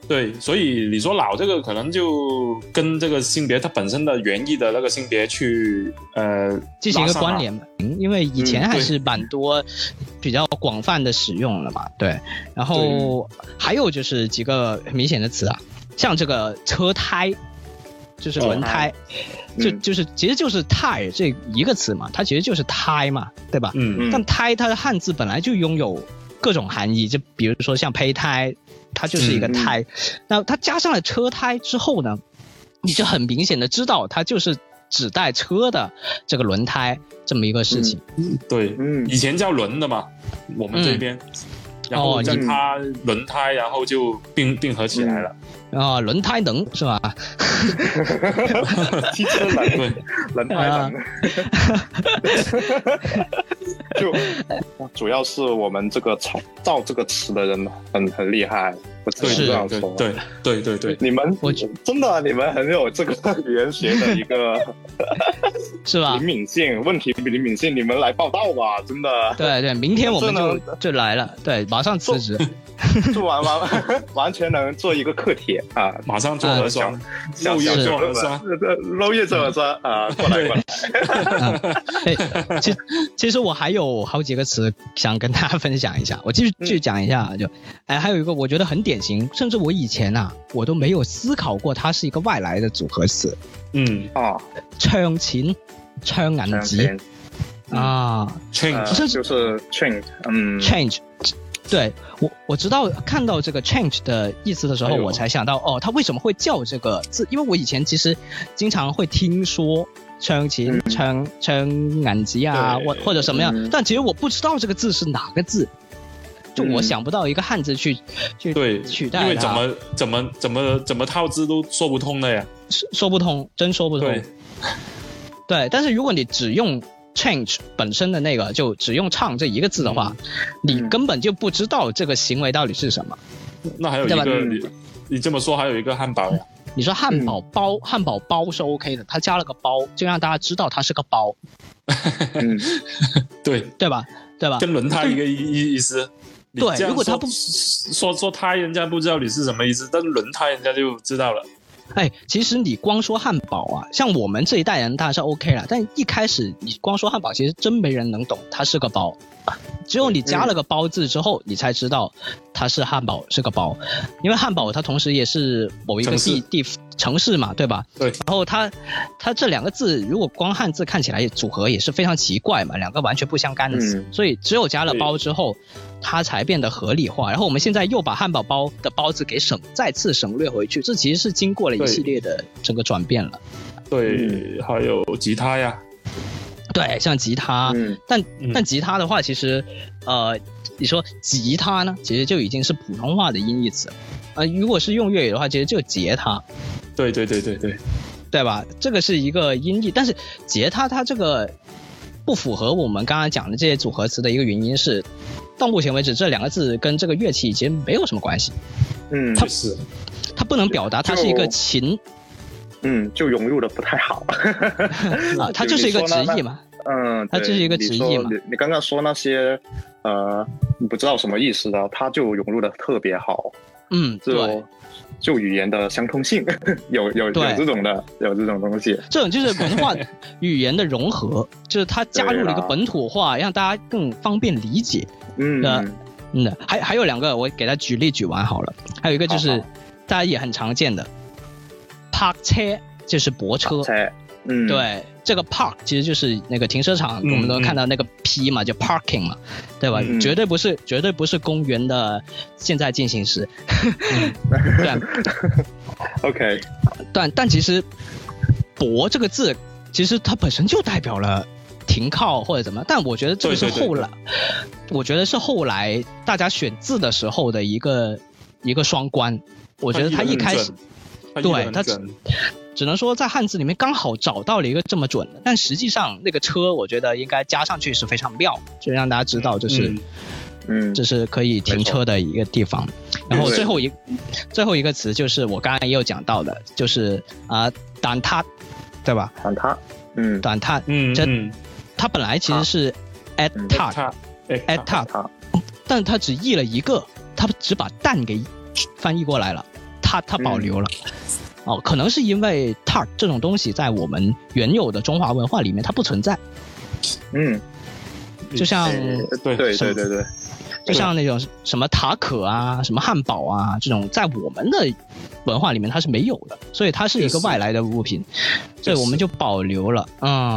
对，所以你说老这个可能就跟这个性别它本身的原意的那个性别去进行一个关联嘛，因为以前还是蛮多比较广泛的使用了嘛，对。然后还有就是几个很明显的词啊，像这个车胎，就是轮胎，就是其实就是 tire 这一个词嘛，它其实就是胎嘛，对吧？但胎它的汉字本来就拥有各种含义，就比如说像胚胎。它就是一个胎，那它加上了车胎之后呢，你就很明显的知道它就是指代车的这个轮胎这么一个事情。 对，以前叫轮的嘛，我们这边，然后叫它轮胎，然后就并合起来了。 轮胎能是吧？ 汽车能，对，轮胎能。就主要是我们这个造这个词的人很厉害，我只能这样说。 对， 你们真的你们很有这个语言学的一个是吧？ 灵敏性，问题灵敏性，你们来报道吧，真的。 对，明天我们就来了，对，马上辞职。 做完全能做一个课题啊！ 马上做核酸， 肉叶做核酸，肉叶做核酸啊！过来。 其实我还有好几个词想跟大家分享一下，我继续讲一下，还有一个我觉得很典型，甚至我以前我都没有思考过它是一个外来的组合词。唱錢、唱銀紙 change 就是 change。对，我知道看到这个 change 的意思的时候，我才想到它为什么会叫这个字，因为我以前其实经常会听说唱錢、唱銀紙啊，或者什么样，但其实我不知道这个字是哪个字，就我想不到一个汉字去取代它， 因为怎么套字都说不通的呀， 说不通，真说不通。对，但是如果你只用change 本身的那个，就只用唱这一个字的话，你根本就不知道这个行为到底是什么。 那还有一个，你这么说还有一个汉堡呀？ 你说汉堡包是 OK 的，它加了个包，就让大家知道它是个包。对吧？ 跟轮胎一个意思。 对，如果他不说胎，人家不知道你是什么意思，但是轮胎人家就知道了。 其实你光说汉堡像我们这一代人当然是 OK 了，但一开始你光说汉堡，其实真没人能懂它是个包，只有你加了个包字之后，你才知道它是汉堡是个包，因为汉堡它同时也是某一个城市嘛，对吧？ 对。 然后它这两个字如果光汉字看起来组合也是非常奇怪嘛，两个完全不相干的词，所以只有加了包之后，它才变得合理化。然后我们现在又把汉堡包的包字给再次省略回去，这其实是经过了一系列的整个转变了。 对，还有吉他呀。 对，像吉他，但吉他的话，其实你说吉他呢，其实就已经是普通话的音译词如果是用粤语的话，其实就吉他。对吧？这个是一个音译，但是吉他它这个不符合我们刚刚讲的这些组合词的一个原因是，到目前为止这两个字跟这个乐器其实没有什么关系。它不能表达它是一个琴。 就融入的不太好。 它就是一个直译嘛。它就是一个直译嘛。 你刚刚说那些你不知道什么意思的，它就融入的特别好。 对。 就语言的相通性，有这种的，有这种东西。 这种就是文化语言的融合，就是它加入了一个本土化，让大家更方便理解。还有两个，我给他举例举完好了。还有一个就是大家也很常见的泊车，就是泊车。对，这个 park 其实就是那个停车场，我们都看到那个 P 嘛，就 parking 嘛，对吧？绝对不是公园的现在进行时。对。 OK。 但其实泊这个字，其实它本身就代表了停靠或者怎么样，但我觉得这个是后来，我觉得是后来大家选字的时候的一个双关。我觉得他一开始，对他只能说在汉字里面刚好找到了一个这么准的，但实际上那个车我觉得应该加上去是非常妙，就让大家知道这是可以停车的一个地方。然后最后一个词就是我刚刚也有讲到的，就是蛋撻，对吧？蛋撻，它本來其實是 at tart， 但它只譯了一個，它只把蛋給翻譯過來了。 它保留了。可能是因为 tart 这种东西在我们原有的中华文化里面它不存在。就像对， 就像那种什么塔可啊、什么汉堡啊这种，在我们的文化里面它是没有的，所以它是一个外来的物品，所以我们就保留了。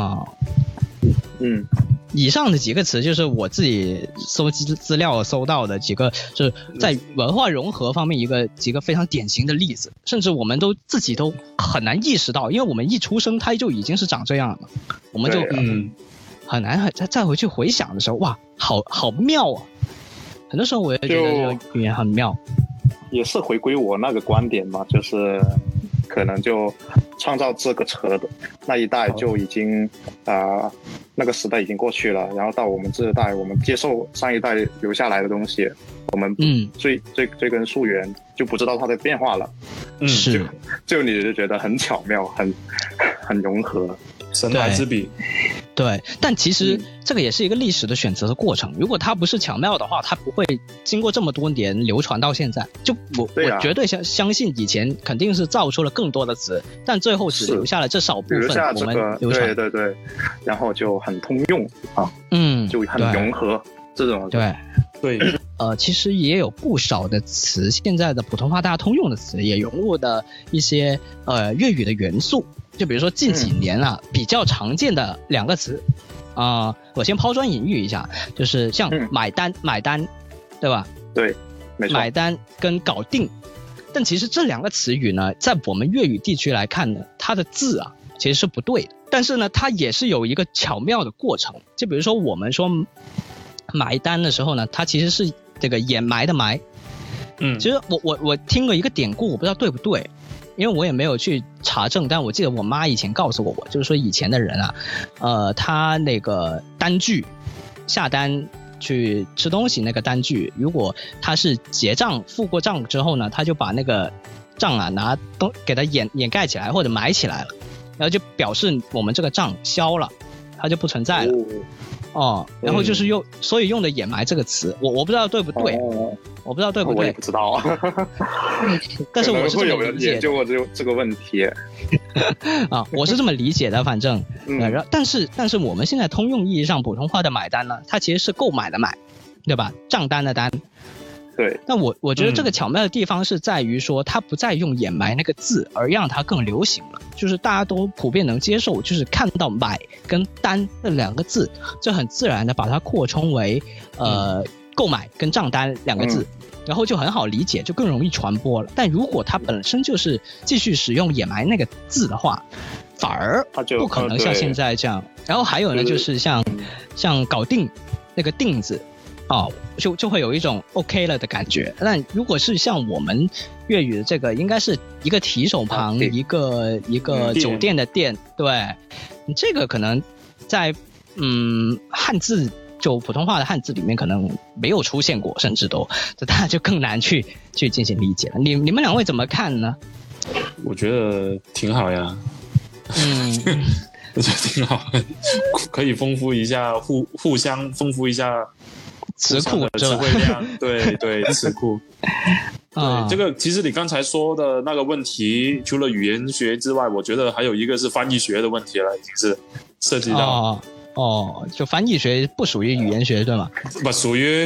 以上的几个词就是我自己搜集资料搜到的几个，就是在文化融合方面几个非常典型的例子，甚至我们自己都很难意识到，因为我们一出生它就已经是长这样了嘛，我们就很难再回去回想的时候，哇，好妙啊！很多时候我也觉得这个语言很妙。 也是回归我那个观点嘛，就是可能就创造这个词的那一代就已经那个时代已经过去了，然后到我们这一代，我们接受上一代留下来的东西，我们追根溯源，就不知道它的变化了。 是， 就你就觉得很巧妙，很融合， 神来之笔。 对，但其实这个也是一个历史的选择的过程。如果它不是巧妙的话，它不会经过这么多年流传到现在。就我绝对相信以前肯定是造出了更多的词，但最后只留下了这少部分我们流传。 对，然后就很通用啊，就很融合这种。 对，其实也有不少的词，现在的普通话大家通用的词也融入的一些粤语的元素。就比如说近几年比较常见的两个词我先抛砖引玉一下，就是像买单，对吧？ 对，没错， 买单跟搞定。但其实这两个词语呢，在我们粤语地区来看呢，它的字其实是不对的，但是呢它也是有一个巧妙的过程。就比如说我们说埋单的时候呢，它其实是这个掩埋的埋。其实我听过一个典故，我不知道对不对，因为我也没有去查证，但我记得我妈以前告诉过我，就是说以前的人他那个单据下单去吃东西那个单据，如果他是结账付过账之后呢，他就把那个账给它掩盖起来或者埋起来了，然后就表示我们这个账消了，它就不存在了。然后就是所以用的掩埋这个词，我不知道对不对，我不知道对不对， 我也不知道但是我是这么理解的。可能会有人研究过这个问题我是这么理解的，反正但是我们现在通用意义上普通话的买单呢，它其实是购买的买，对吧？账单的单。 对， 那我觉得这个巧妙的地方是在于说，它不再用掩埋那个字，而让它更流行了，就是大家都普遍能接受，就是看到买跟单这两个字，就很自然的把它扩充为购买跟账单两个字，然后就很好理解，就更容易传播了。但如果它本身就是继续使用掩埋那个字的话，反而不可能像现在这样。然后还有呢，就是像搞定那个定字。就会有一种 OK 了的感觉。但如果是像我们粤语的这个，应该是一个提手旁，一个酒店的店，对，你这个可能在汉字就普通话的汉字里面可能没有出现过，甚至都，这大家就更难去进行理解了。你们两位怎么看呢？ 我觉得挺好呀。我觉得挺好，可以丰富一下，互相丰富一下词库的词汇量。对，词库。对，这个其实你刚才说的那个问题，除了语言学之外，我觉得还有一个是翻译学的问题了，已经是涉及到。 就翻译学不属于语言学对吗？ 不属于。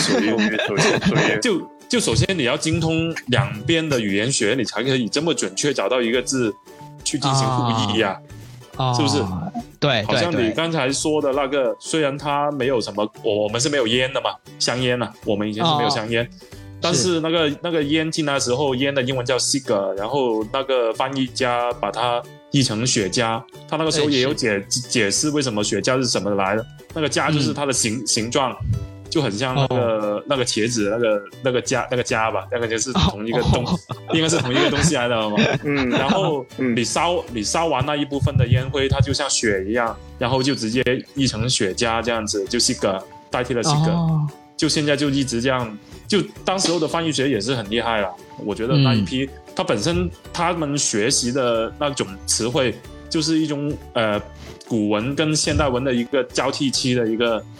就首先你要精通两边的语言学，你才可以这么准确找到一个字去进行互译呀。是不是？ 对， 好像你刚才说的那个，虽然它没有什么，我们是没有烟的嘛，香烟啊，我们以前是没有香烟，但是那个烟进来的时候，烟的英文叫 cigar， 然后那个翻译家把它译成雪茄，他那个时候也有解释为什么雪茄是什么来的，那个茄就是它的形状。就很像那个茄子那个茄吧，那个就是同一个应该是同一个东西来的嘛。然后你烧完那一部分的烟灰，它就像雪一样，然后就直接译成雪茄这样子，就 cigar 代替了 cigar，就现在就一直这样。就当时候的翻译学也是很厉害了，我觉得那一批它本身他们学习的那种词汇，就是一种古文跟现代文的一个交替期的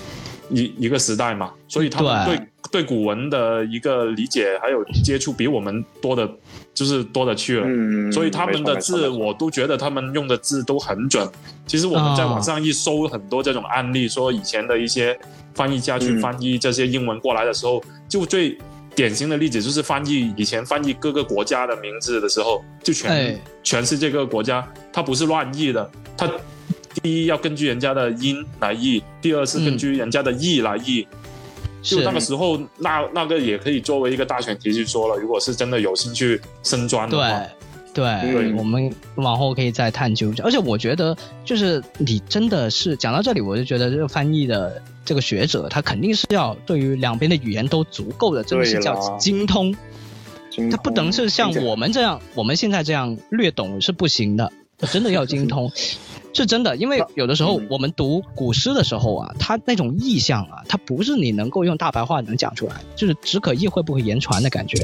一个时代嘛，所以他们对古文的一个理解还有接触比我们多的去了，所以他们的字我都觉得他们用的字都很准。其实我们在网上一搜很多这种案例，说以前的一些翻译家去翻译这些英文过来的时候，就最典型的例子就是以前翻译各个国家的名字的时候，就全世界各个国家，它不是乱译的，它第一要根据人家的音来译，第二是根据人家的意来译。就那个时候，那个也可以作为一个大选题去说了。如果是真的有兴趣深钻的话， 对，我们往后可以再探究。而且我觉得，就是你真的是讲到这里，我就觉得这个翻译的这个学者，他肯定是要对于两边的语言都足够的，真的是叫精通。他不能是像我们这样，我们现在这样略懂是不行的，真的要精通。是真的，因为有的时候我们读古诗的时候啊，它那种意象啊，它不是你能够用大白话能讲出来，就是只可意会不可言传的感觉。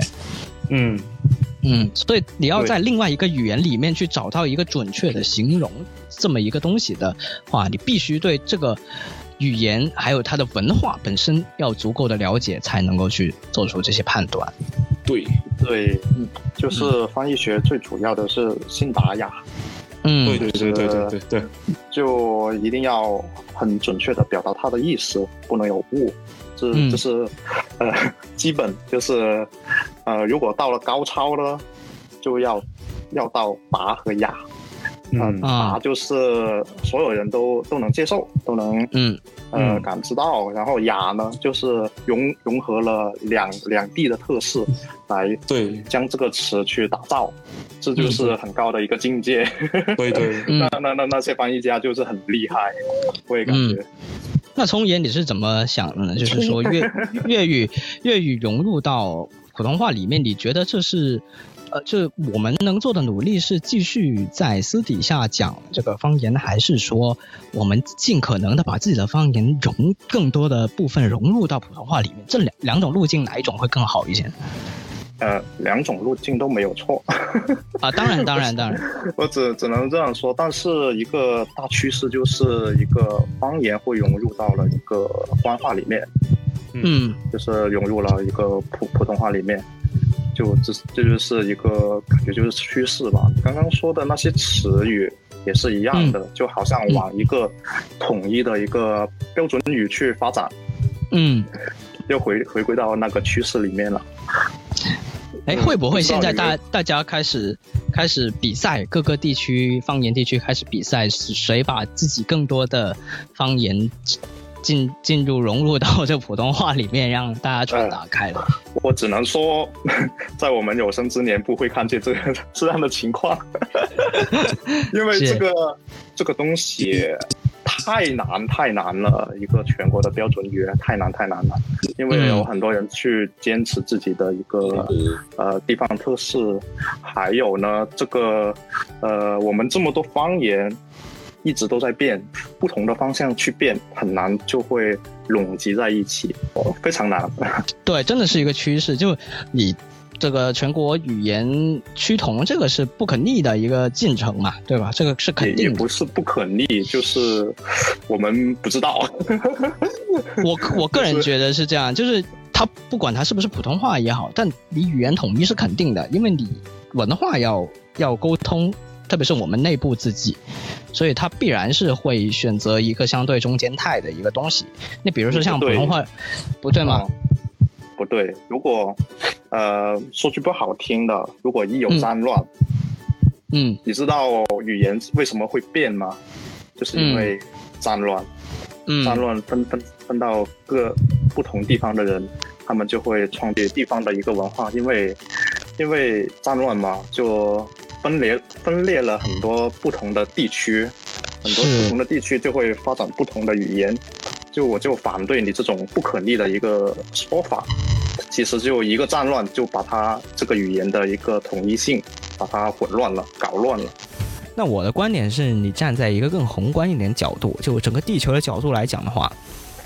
所以你要在另外一个语言里面去找到一个准确的形容这么一个东西的话，你必须对这个语言还有它的文化本身要足够的了解，才能够去做出这些判断。 对，就是翻译学最主要的是信达雅。对，就一定要很准确的表达它的意思，不能有误。这是基本就是如果到了高超呢，就要到达和雅。达就是所有人都能接受，都能感知到，然后雅呢就是融合了两地的特色来将这个词去打造，这就是很高的一个境界。 对， 那些翻译家就是很厉害，我也感觉。 那聪爷你是怎么想的呢？就是说粤语融入到普通话里面，你觉得这是这我们能做的努力是继续在私底下讲这个方言，还是说我们尽可能的把自己的方言更多的部分融入到普通话里面？这两种路径哪一种会更好一些？ 两种路径都没有错当然我只能这样说，但是一个大趋势就是一个方言会融入到了一个官话里面，就是融入了一个普通话里面，这就是一个感觉，就是趋势吧。刚刚说的那些词语也是一样的，就好像往一个统一的一个标准语去发展，又回归到那个趋势里面了。 会不会现在大家开始比赛，各个地区方言地区开始比赛，谁把自己更多的方言进入融入到这普通话里面，让大家传达开了。 我只能说，在我们有生之年不会看见这样的情况，因为这个东西太难了，一个全国的标准语言太难了，因为有很多人去坚持自己的一个地方特色，还有呢这个我们这么多方言一直都在变，不同的方向去变，很难就会拢集在一起，非常难。 对，真的是一个趋势，就你这个全国语言趋同，这个是不可逆的一个进程嘛，对吧？这个是肯定的， 也不是不可逆，就是我们不知道。 我个人觉得是这样，就是它不管它是不是普通话也好，但你语言统一是肯定的，因为你文化要沟通，特别是我们内部自己，所以它必然是会选择一个相对中间态的一个东西。那比如说像普通话，不对吗？ 不对，如果说句不好听的，如果一有战乱，你知道语言为什么会变吗？就是因为战乱，战乱分到各不同地方的人，他们就会创建地方的一个文化，因为战乱嘛，就分裂了很多不同的地区，很多不同的地区就会发展不同的语言。我就反对你这种不可逆的一个说法，其实就一个战乱就把它这个语言的一个统一性把它混乱了，搞乱了。 那我的观点是，你站在一个更宏观一点角度，就整个地球的角度来讲的话，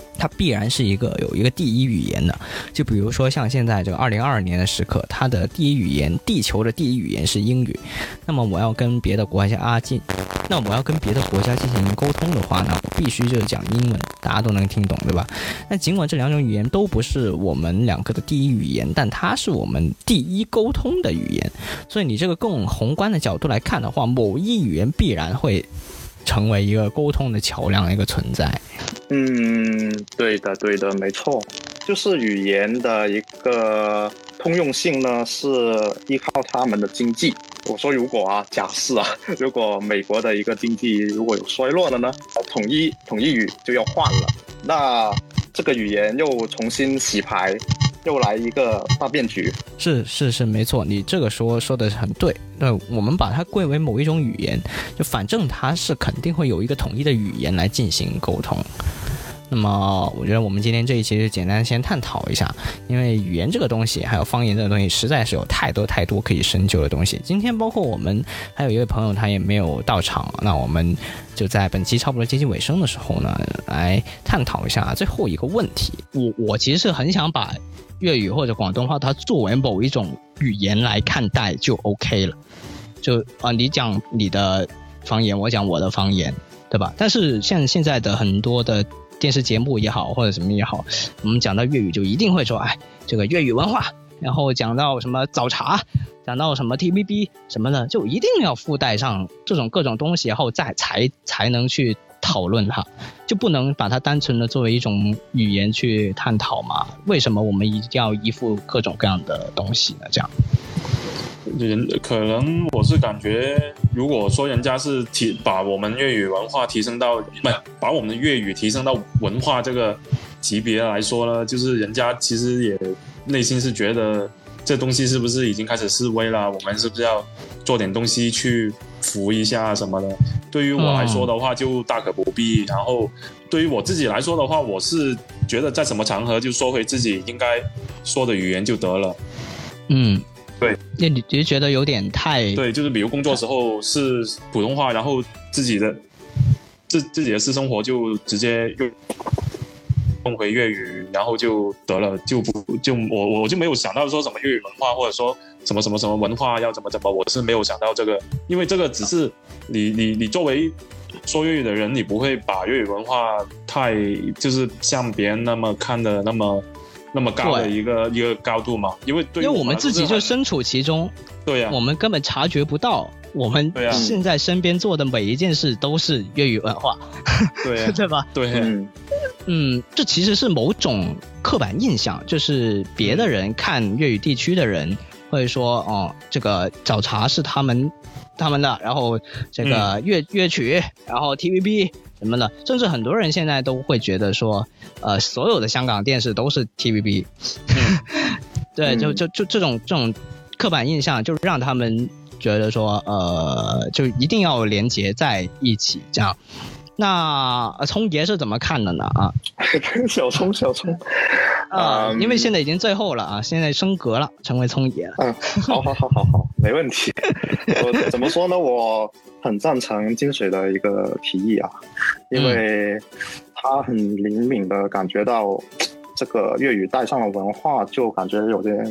它必然是有一个第一语言的。就比如说像现在这个2022年的时刻，它的第一语言，地球的第一语言是英语。那么我要跟别的国家进行沟通的话呢，我必须就是讲英文，大家都能听懂，对吧？那尽管这两种语言都不是我们两个的第一语言，但它是我们第一沟通的语言。所以你这个更宏观的角度来看的话，某一语言必然会成为一个沟通的桥梁的一个存在。 对的，没错，就是语言的一个通用性呢，是依靠他们的经济。我说如果假设如果美国的一个经济如果有衰落了呢，统一语就要换了，那这个语言又重新洗牌，又来一个大变局。 是没错，你这个说的很对。我们把它归为某一种语言，就反正它是肯定会有一个统一的语言来进行沟通。那么我觉得我们今天这一期就简单先探讨一下，因为语言这个东西还有方言这个东西实在是有太多可以深究的东西。今天包括我们还有一位朋友他也没有到场，那我们就在本期差不多接近尾声的时候呢，来探讨一下最后一个问题。我其实是很想把粤语或者广东话它作为某一种语言来看待就 OK 了，就你讲你的方言，我讲我的方言，对吧？但是像现在的很多的电视节目也好或者什么也好，我们讲到粤语就一定会说这个粤语文化，然后讲到什么早茶，讲到什么 TVB 什么的，就一定要附带上这种各种东西，然后才能去讨论它，就不能把它单纯的作为一种语言去探讨嘛？为什么我们一定要依附各种各样的东西呢？这样可能我是感觉，如果说人家是把我们粤语文化提升到把我们的粤语提升到文化这个级别来说呢，就是人家其实也内心是觉得这东西是不是已经开始式微了，我们是不是要做点东西去扶一下什么的。对于我来说的话就大可不必，然后对于我自己来说的话，我是觉得在什么场合就说回自己应该说的语言就得了。对， 你就觉得有点太对，就是比如工作时候是普通话，然后自己的私生活就直接用回粤语，然后就得了，我就没有想到说什么粤语文化，或者说什么文化要怎么，我是没有想到这个，因为这个只是你作为说粤语的人，你不会把粤语文化太就是像别人那么看的那么高的一个高度嘛，因为我们自己就身处其中， 对呀， 我们根本察觉不到，我们现在身边做的每一件事都是粤语文化， 对对吧？ 对， 这其实是某种刻板印象，就是别的人看粤语地区的人会说，这个早茶是他们的，然后这个乐曲，然后 TVB 什么的，甚至很多人现在都会觉得说，所有的香港电视都是 TVB，对，就这种刻板印象，就让他们觉得说，就一定要连结在一起，这样。那聪爷是怎么看的呢？ 小聪因为现在已经最后了现在升格了，成为聪爷了。 好，没问题。我怎么说呢？我很赞成金水的一个提议因为他很灵敏的感觉到这个粤语带上了文化，就感觉有点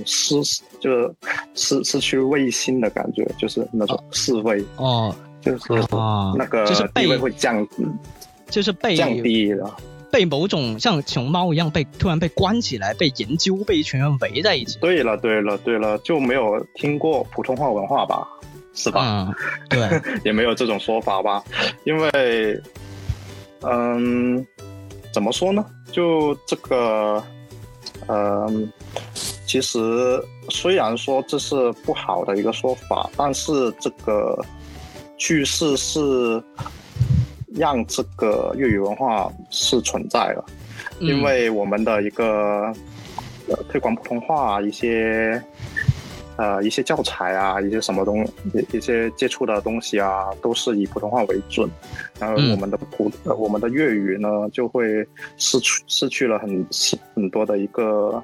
失去味心的感觉，就是那种示威就是那个地位会降低， 就是被降低了， 被某种像熊猫一样突然被关起来，被研究，被一群人围在一起。 对了，就没有听过普通话文化吧？是吧？ 对， 也没有这种说法吧？因为，怎么说呢？就这个，其实虽然说这是不好的一个说法，但是这个趋势是让这个粤语文化是存在了，因为我们的一个推广普通话一些教材一些什么一些接触的东西都是以普通话为准，然后我们的粤语呢就会失去了很多的一个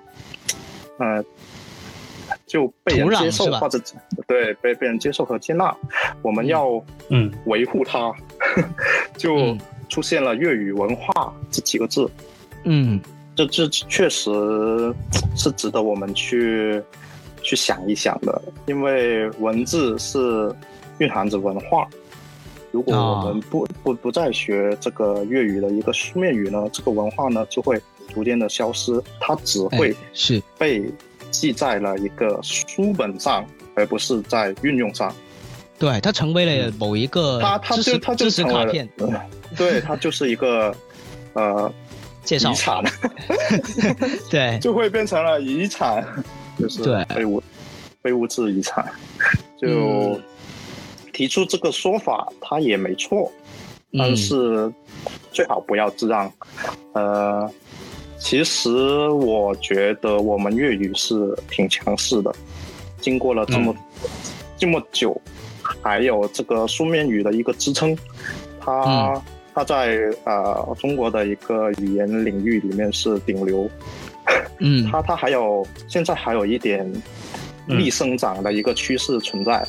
就被人接受，或者对被人接受和接纳，我们要维护它，就出现了粤语文化这几个字， 这确实是值得我们去想一想的，因为文字是蕴含着文化。如果我们不再学这个粤语的一个书面语呢，这个文化呢就会逐渐的消失，它只会是被记在了一个书本上，而不是在运用上。 对，它成为了某一个知识卡片， 对，它就是一个介绍遗产， 对， 就会变成了遗产，就是非物质遗产。就提出这个说法，它也没错，但是最好不要这样。其实我觉得我们粤语是挺强势的，经过了这么久，还有这个书面语的一个支撑，它在中国的一个语言领域里面是顶流。它现在还有一点逆生长的一个趋势存在。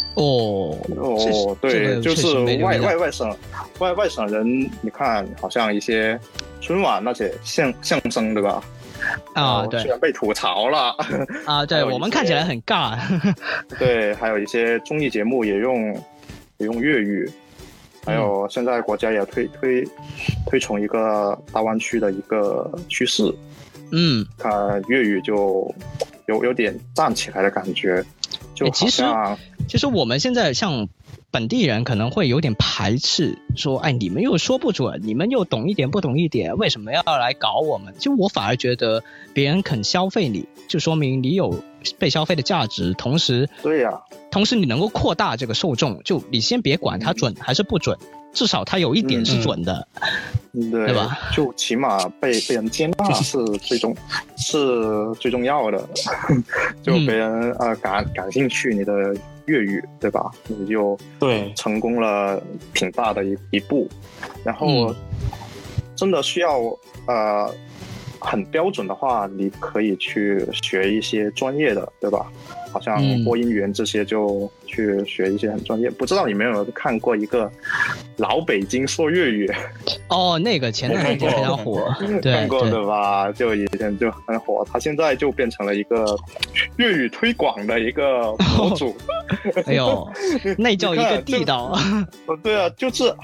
对，就是外省人，你看好像一些春晚那些相声，对吧？ 对， 虽然被吐槽了对，我们看起来很尬。 对，还有一些综艺节目也用粤语，还有现在国家也推崇一个大湾区的一个趋势。看粤语就有点站起来的感觉，就好像其实我们现在像本地人可能会有点排斥，说你们又说不准，你们又懂一点不懂一点，为什么要来搞我们？就我反而觉得别人肯消费你，就说明你有被消费的价值，同时同时你能够扩大这个受众，就你先别管它准还是不准，至少它有一点是准的。对吧？ 就起码被人接纳是最重要的。就别人感兴趣你的粤语，对吧？你就成功了挺大的一步。然后真的需要很标准的话，你可以去学一些专业的，对吧？好像播音员这些就去学一些很专业。不知道你们有没有看过一个老北京说粤语？ 那个前段时间非常火， 看过对吧？就以前就很火，他现在就变成了一个粤语推广的一个博主。 哎呦，那叫一个地道。 对啊，就是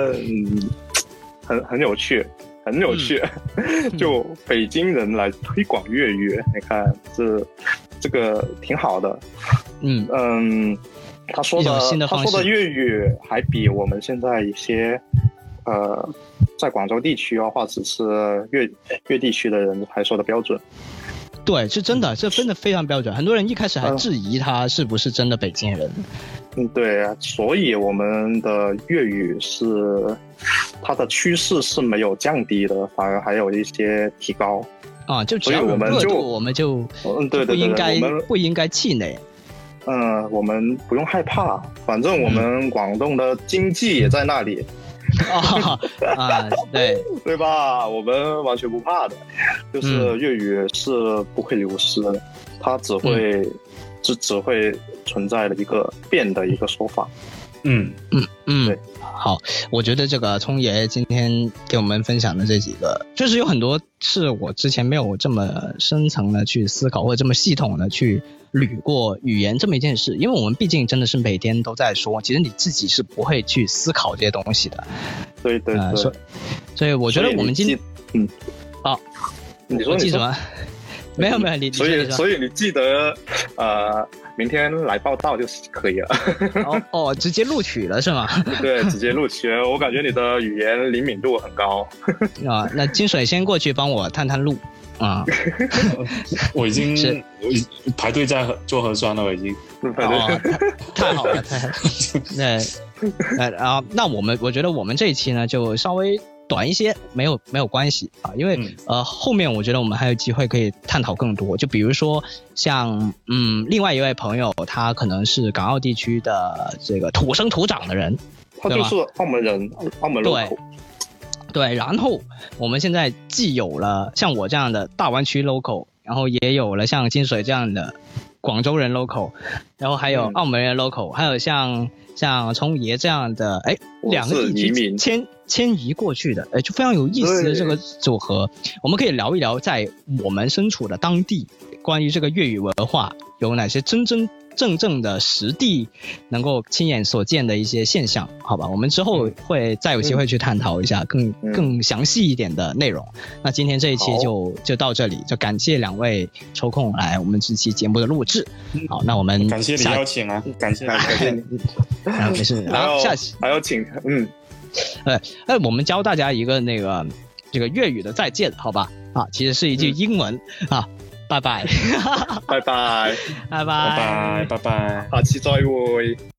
很有趣。很有趣，就北京人来推广粤语，你看这个挺好的。他说的粤语还比我们现在一些在广州地区或者是粤地区的人还说的标准。 对，是真的，这真的非常标准。很多人一开始还质疑他是不是真的北京人。 对啊，所以我们的粤语是它的趋势是没有降低的，反而还有一些提高。 就只要有热度，我们就不应该气馁。 我们不用害怕，反正我们广东的经济也在那里。对吧？我们完全不怕的，就是粤语是不会流失的，它只会存在的一个变的一个说法。 对，好，我觉得这个聪爷今天给我们分享的这几个，就是有很多是我之前没有这么深层的去思考，或者这么系统的去捋过语言这么一件事，因为我们毕竟真的是每天都在说，其实你自己是不会去思考这些东西的。对，所以我觉得我们今天你说记什么？没有，你所以你记得明天来报道就可以了。 直接录取了是吗？ 对，直接录取了。我感觉你的语言灵敏度很高。 那金水先过去帮我探路啊。 我已经排队在做核酸了，我已经。 太好了。那我觉得我们这一期呢就稍微短一些，没有关系因为后面我觉得我们还有机会可以探讨更多，就比如说像另外一位朋友，他可能是港澳地区的这个土生土长的人， 他就是澳门人，澳门 local。 对，然后我们现在既有了像我这样的大湾区 local， 然后也有了像金水这样的广州人 local， 然后还有澳门人 local， 还有像聪爷这样的两个地区迁移过去的，就非常有意思的这个组合。我们可以聊一聊在我们身处的当地关于这个粤语文化有哪些真正的实地能够亲眼所见的一些现象，好吧？我们之后会再有机会去探讨一下更详细一点的内容。那今天这一期就到这里，就感谢两位抽空来我们这期节目的录制。好，那我们感谢你邀请啊，感谢你。 没事，然后下期还要请我们教大家一个这个粤语的再见，好吧？啊，其实是一句英文啊。拜拜， 拜拜， 拜拜， 拜拜， 下次再會。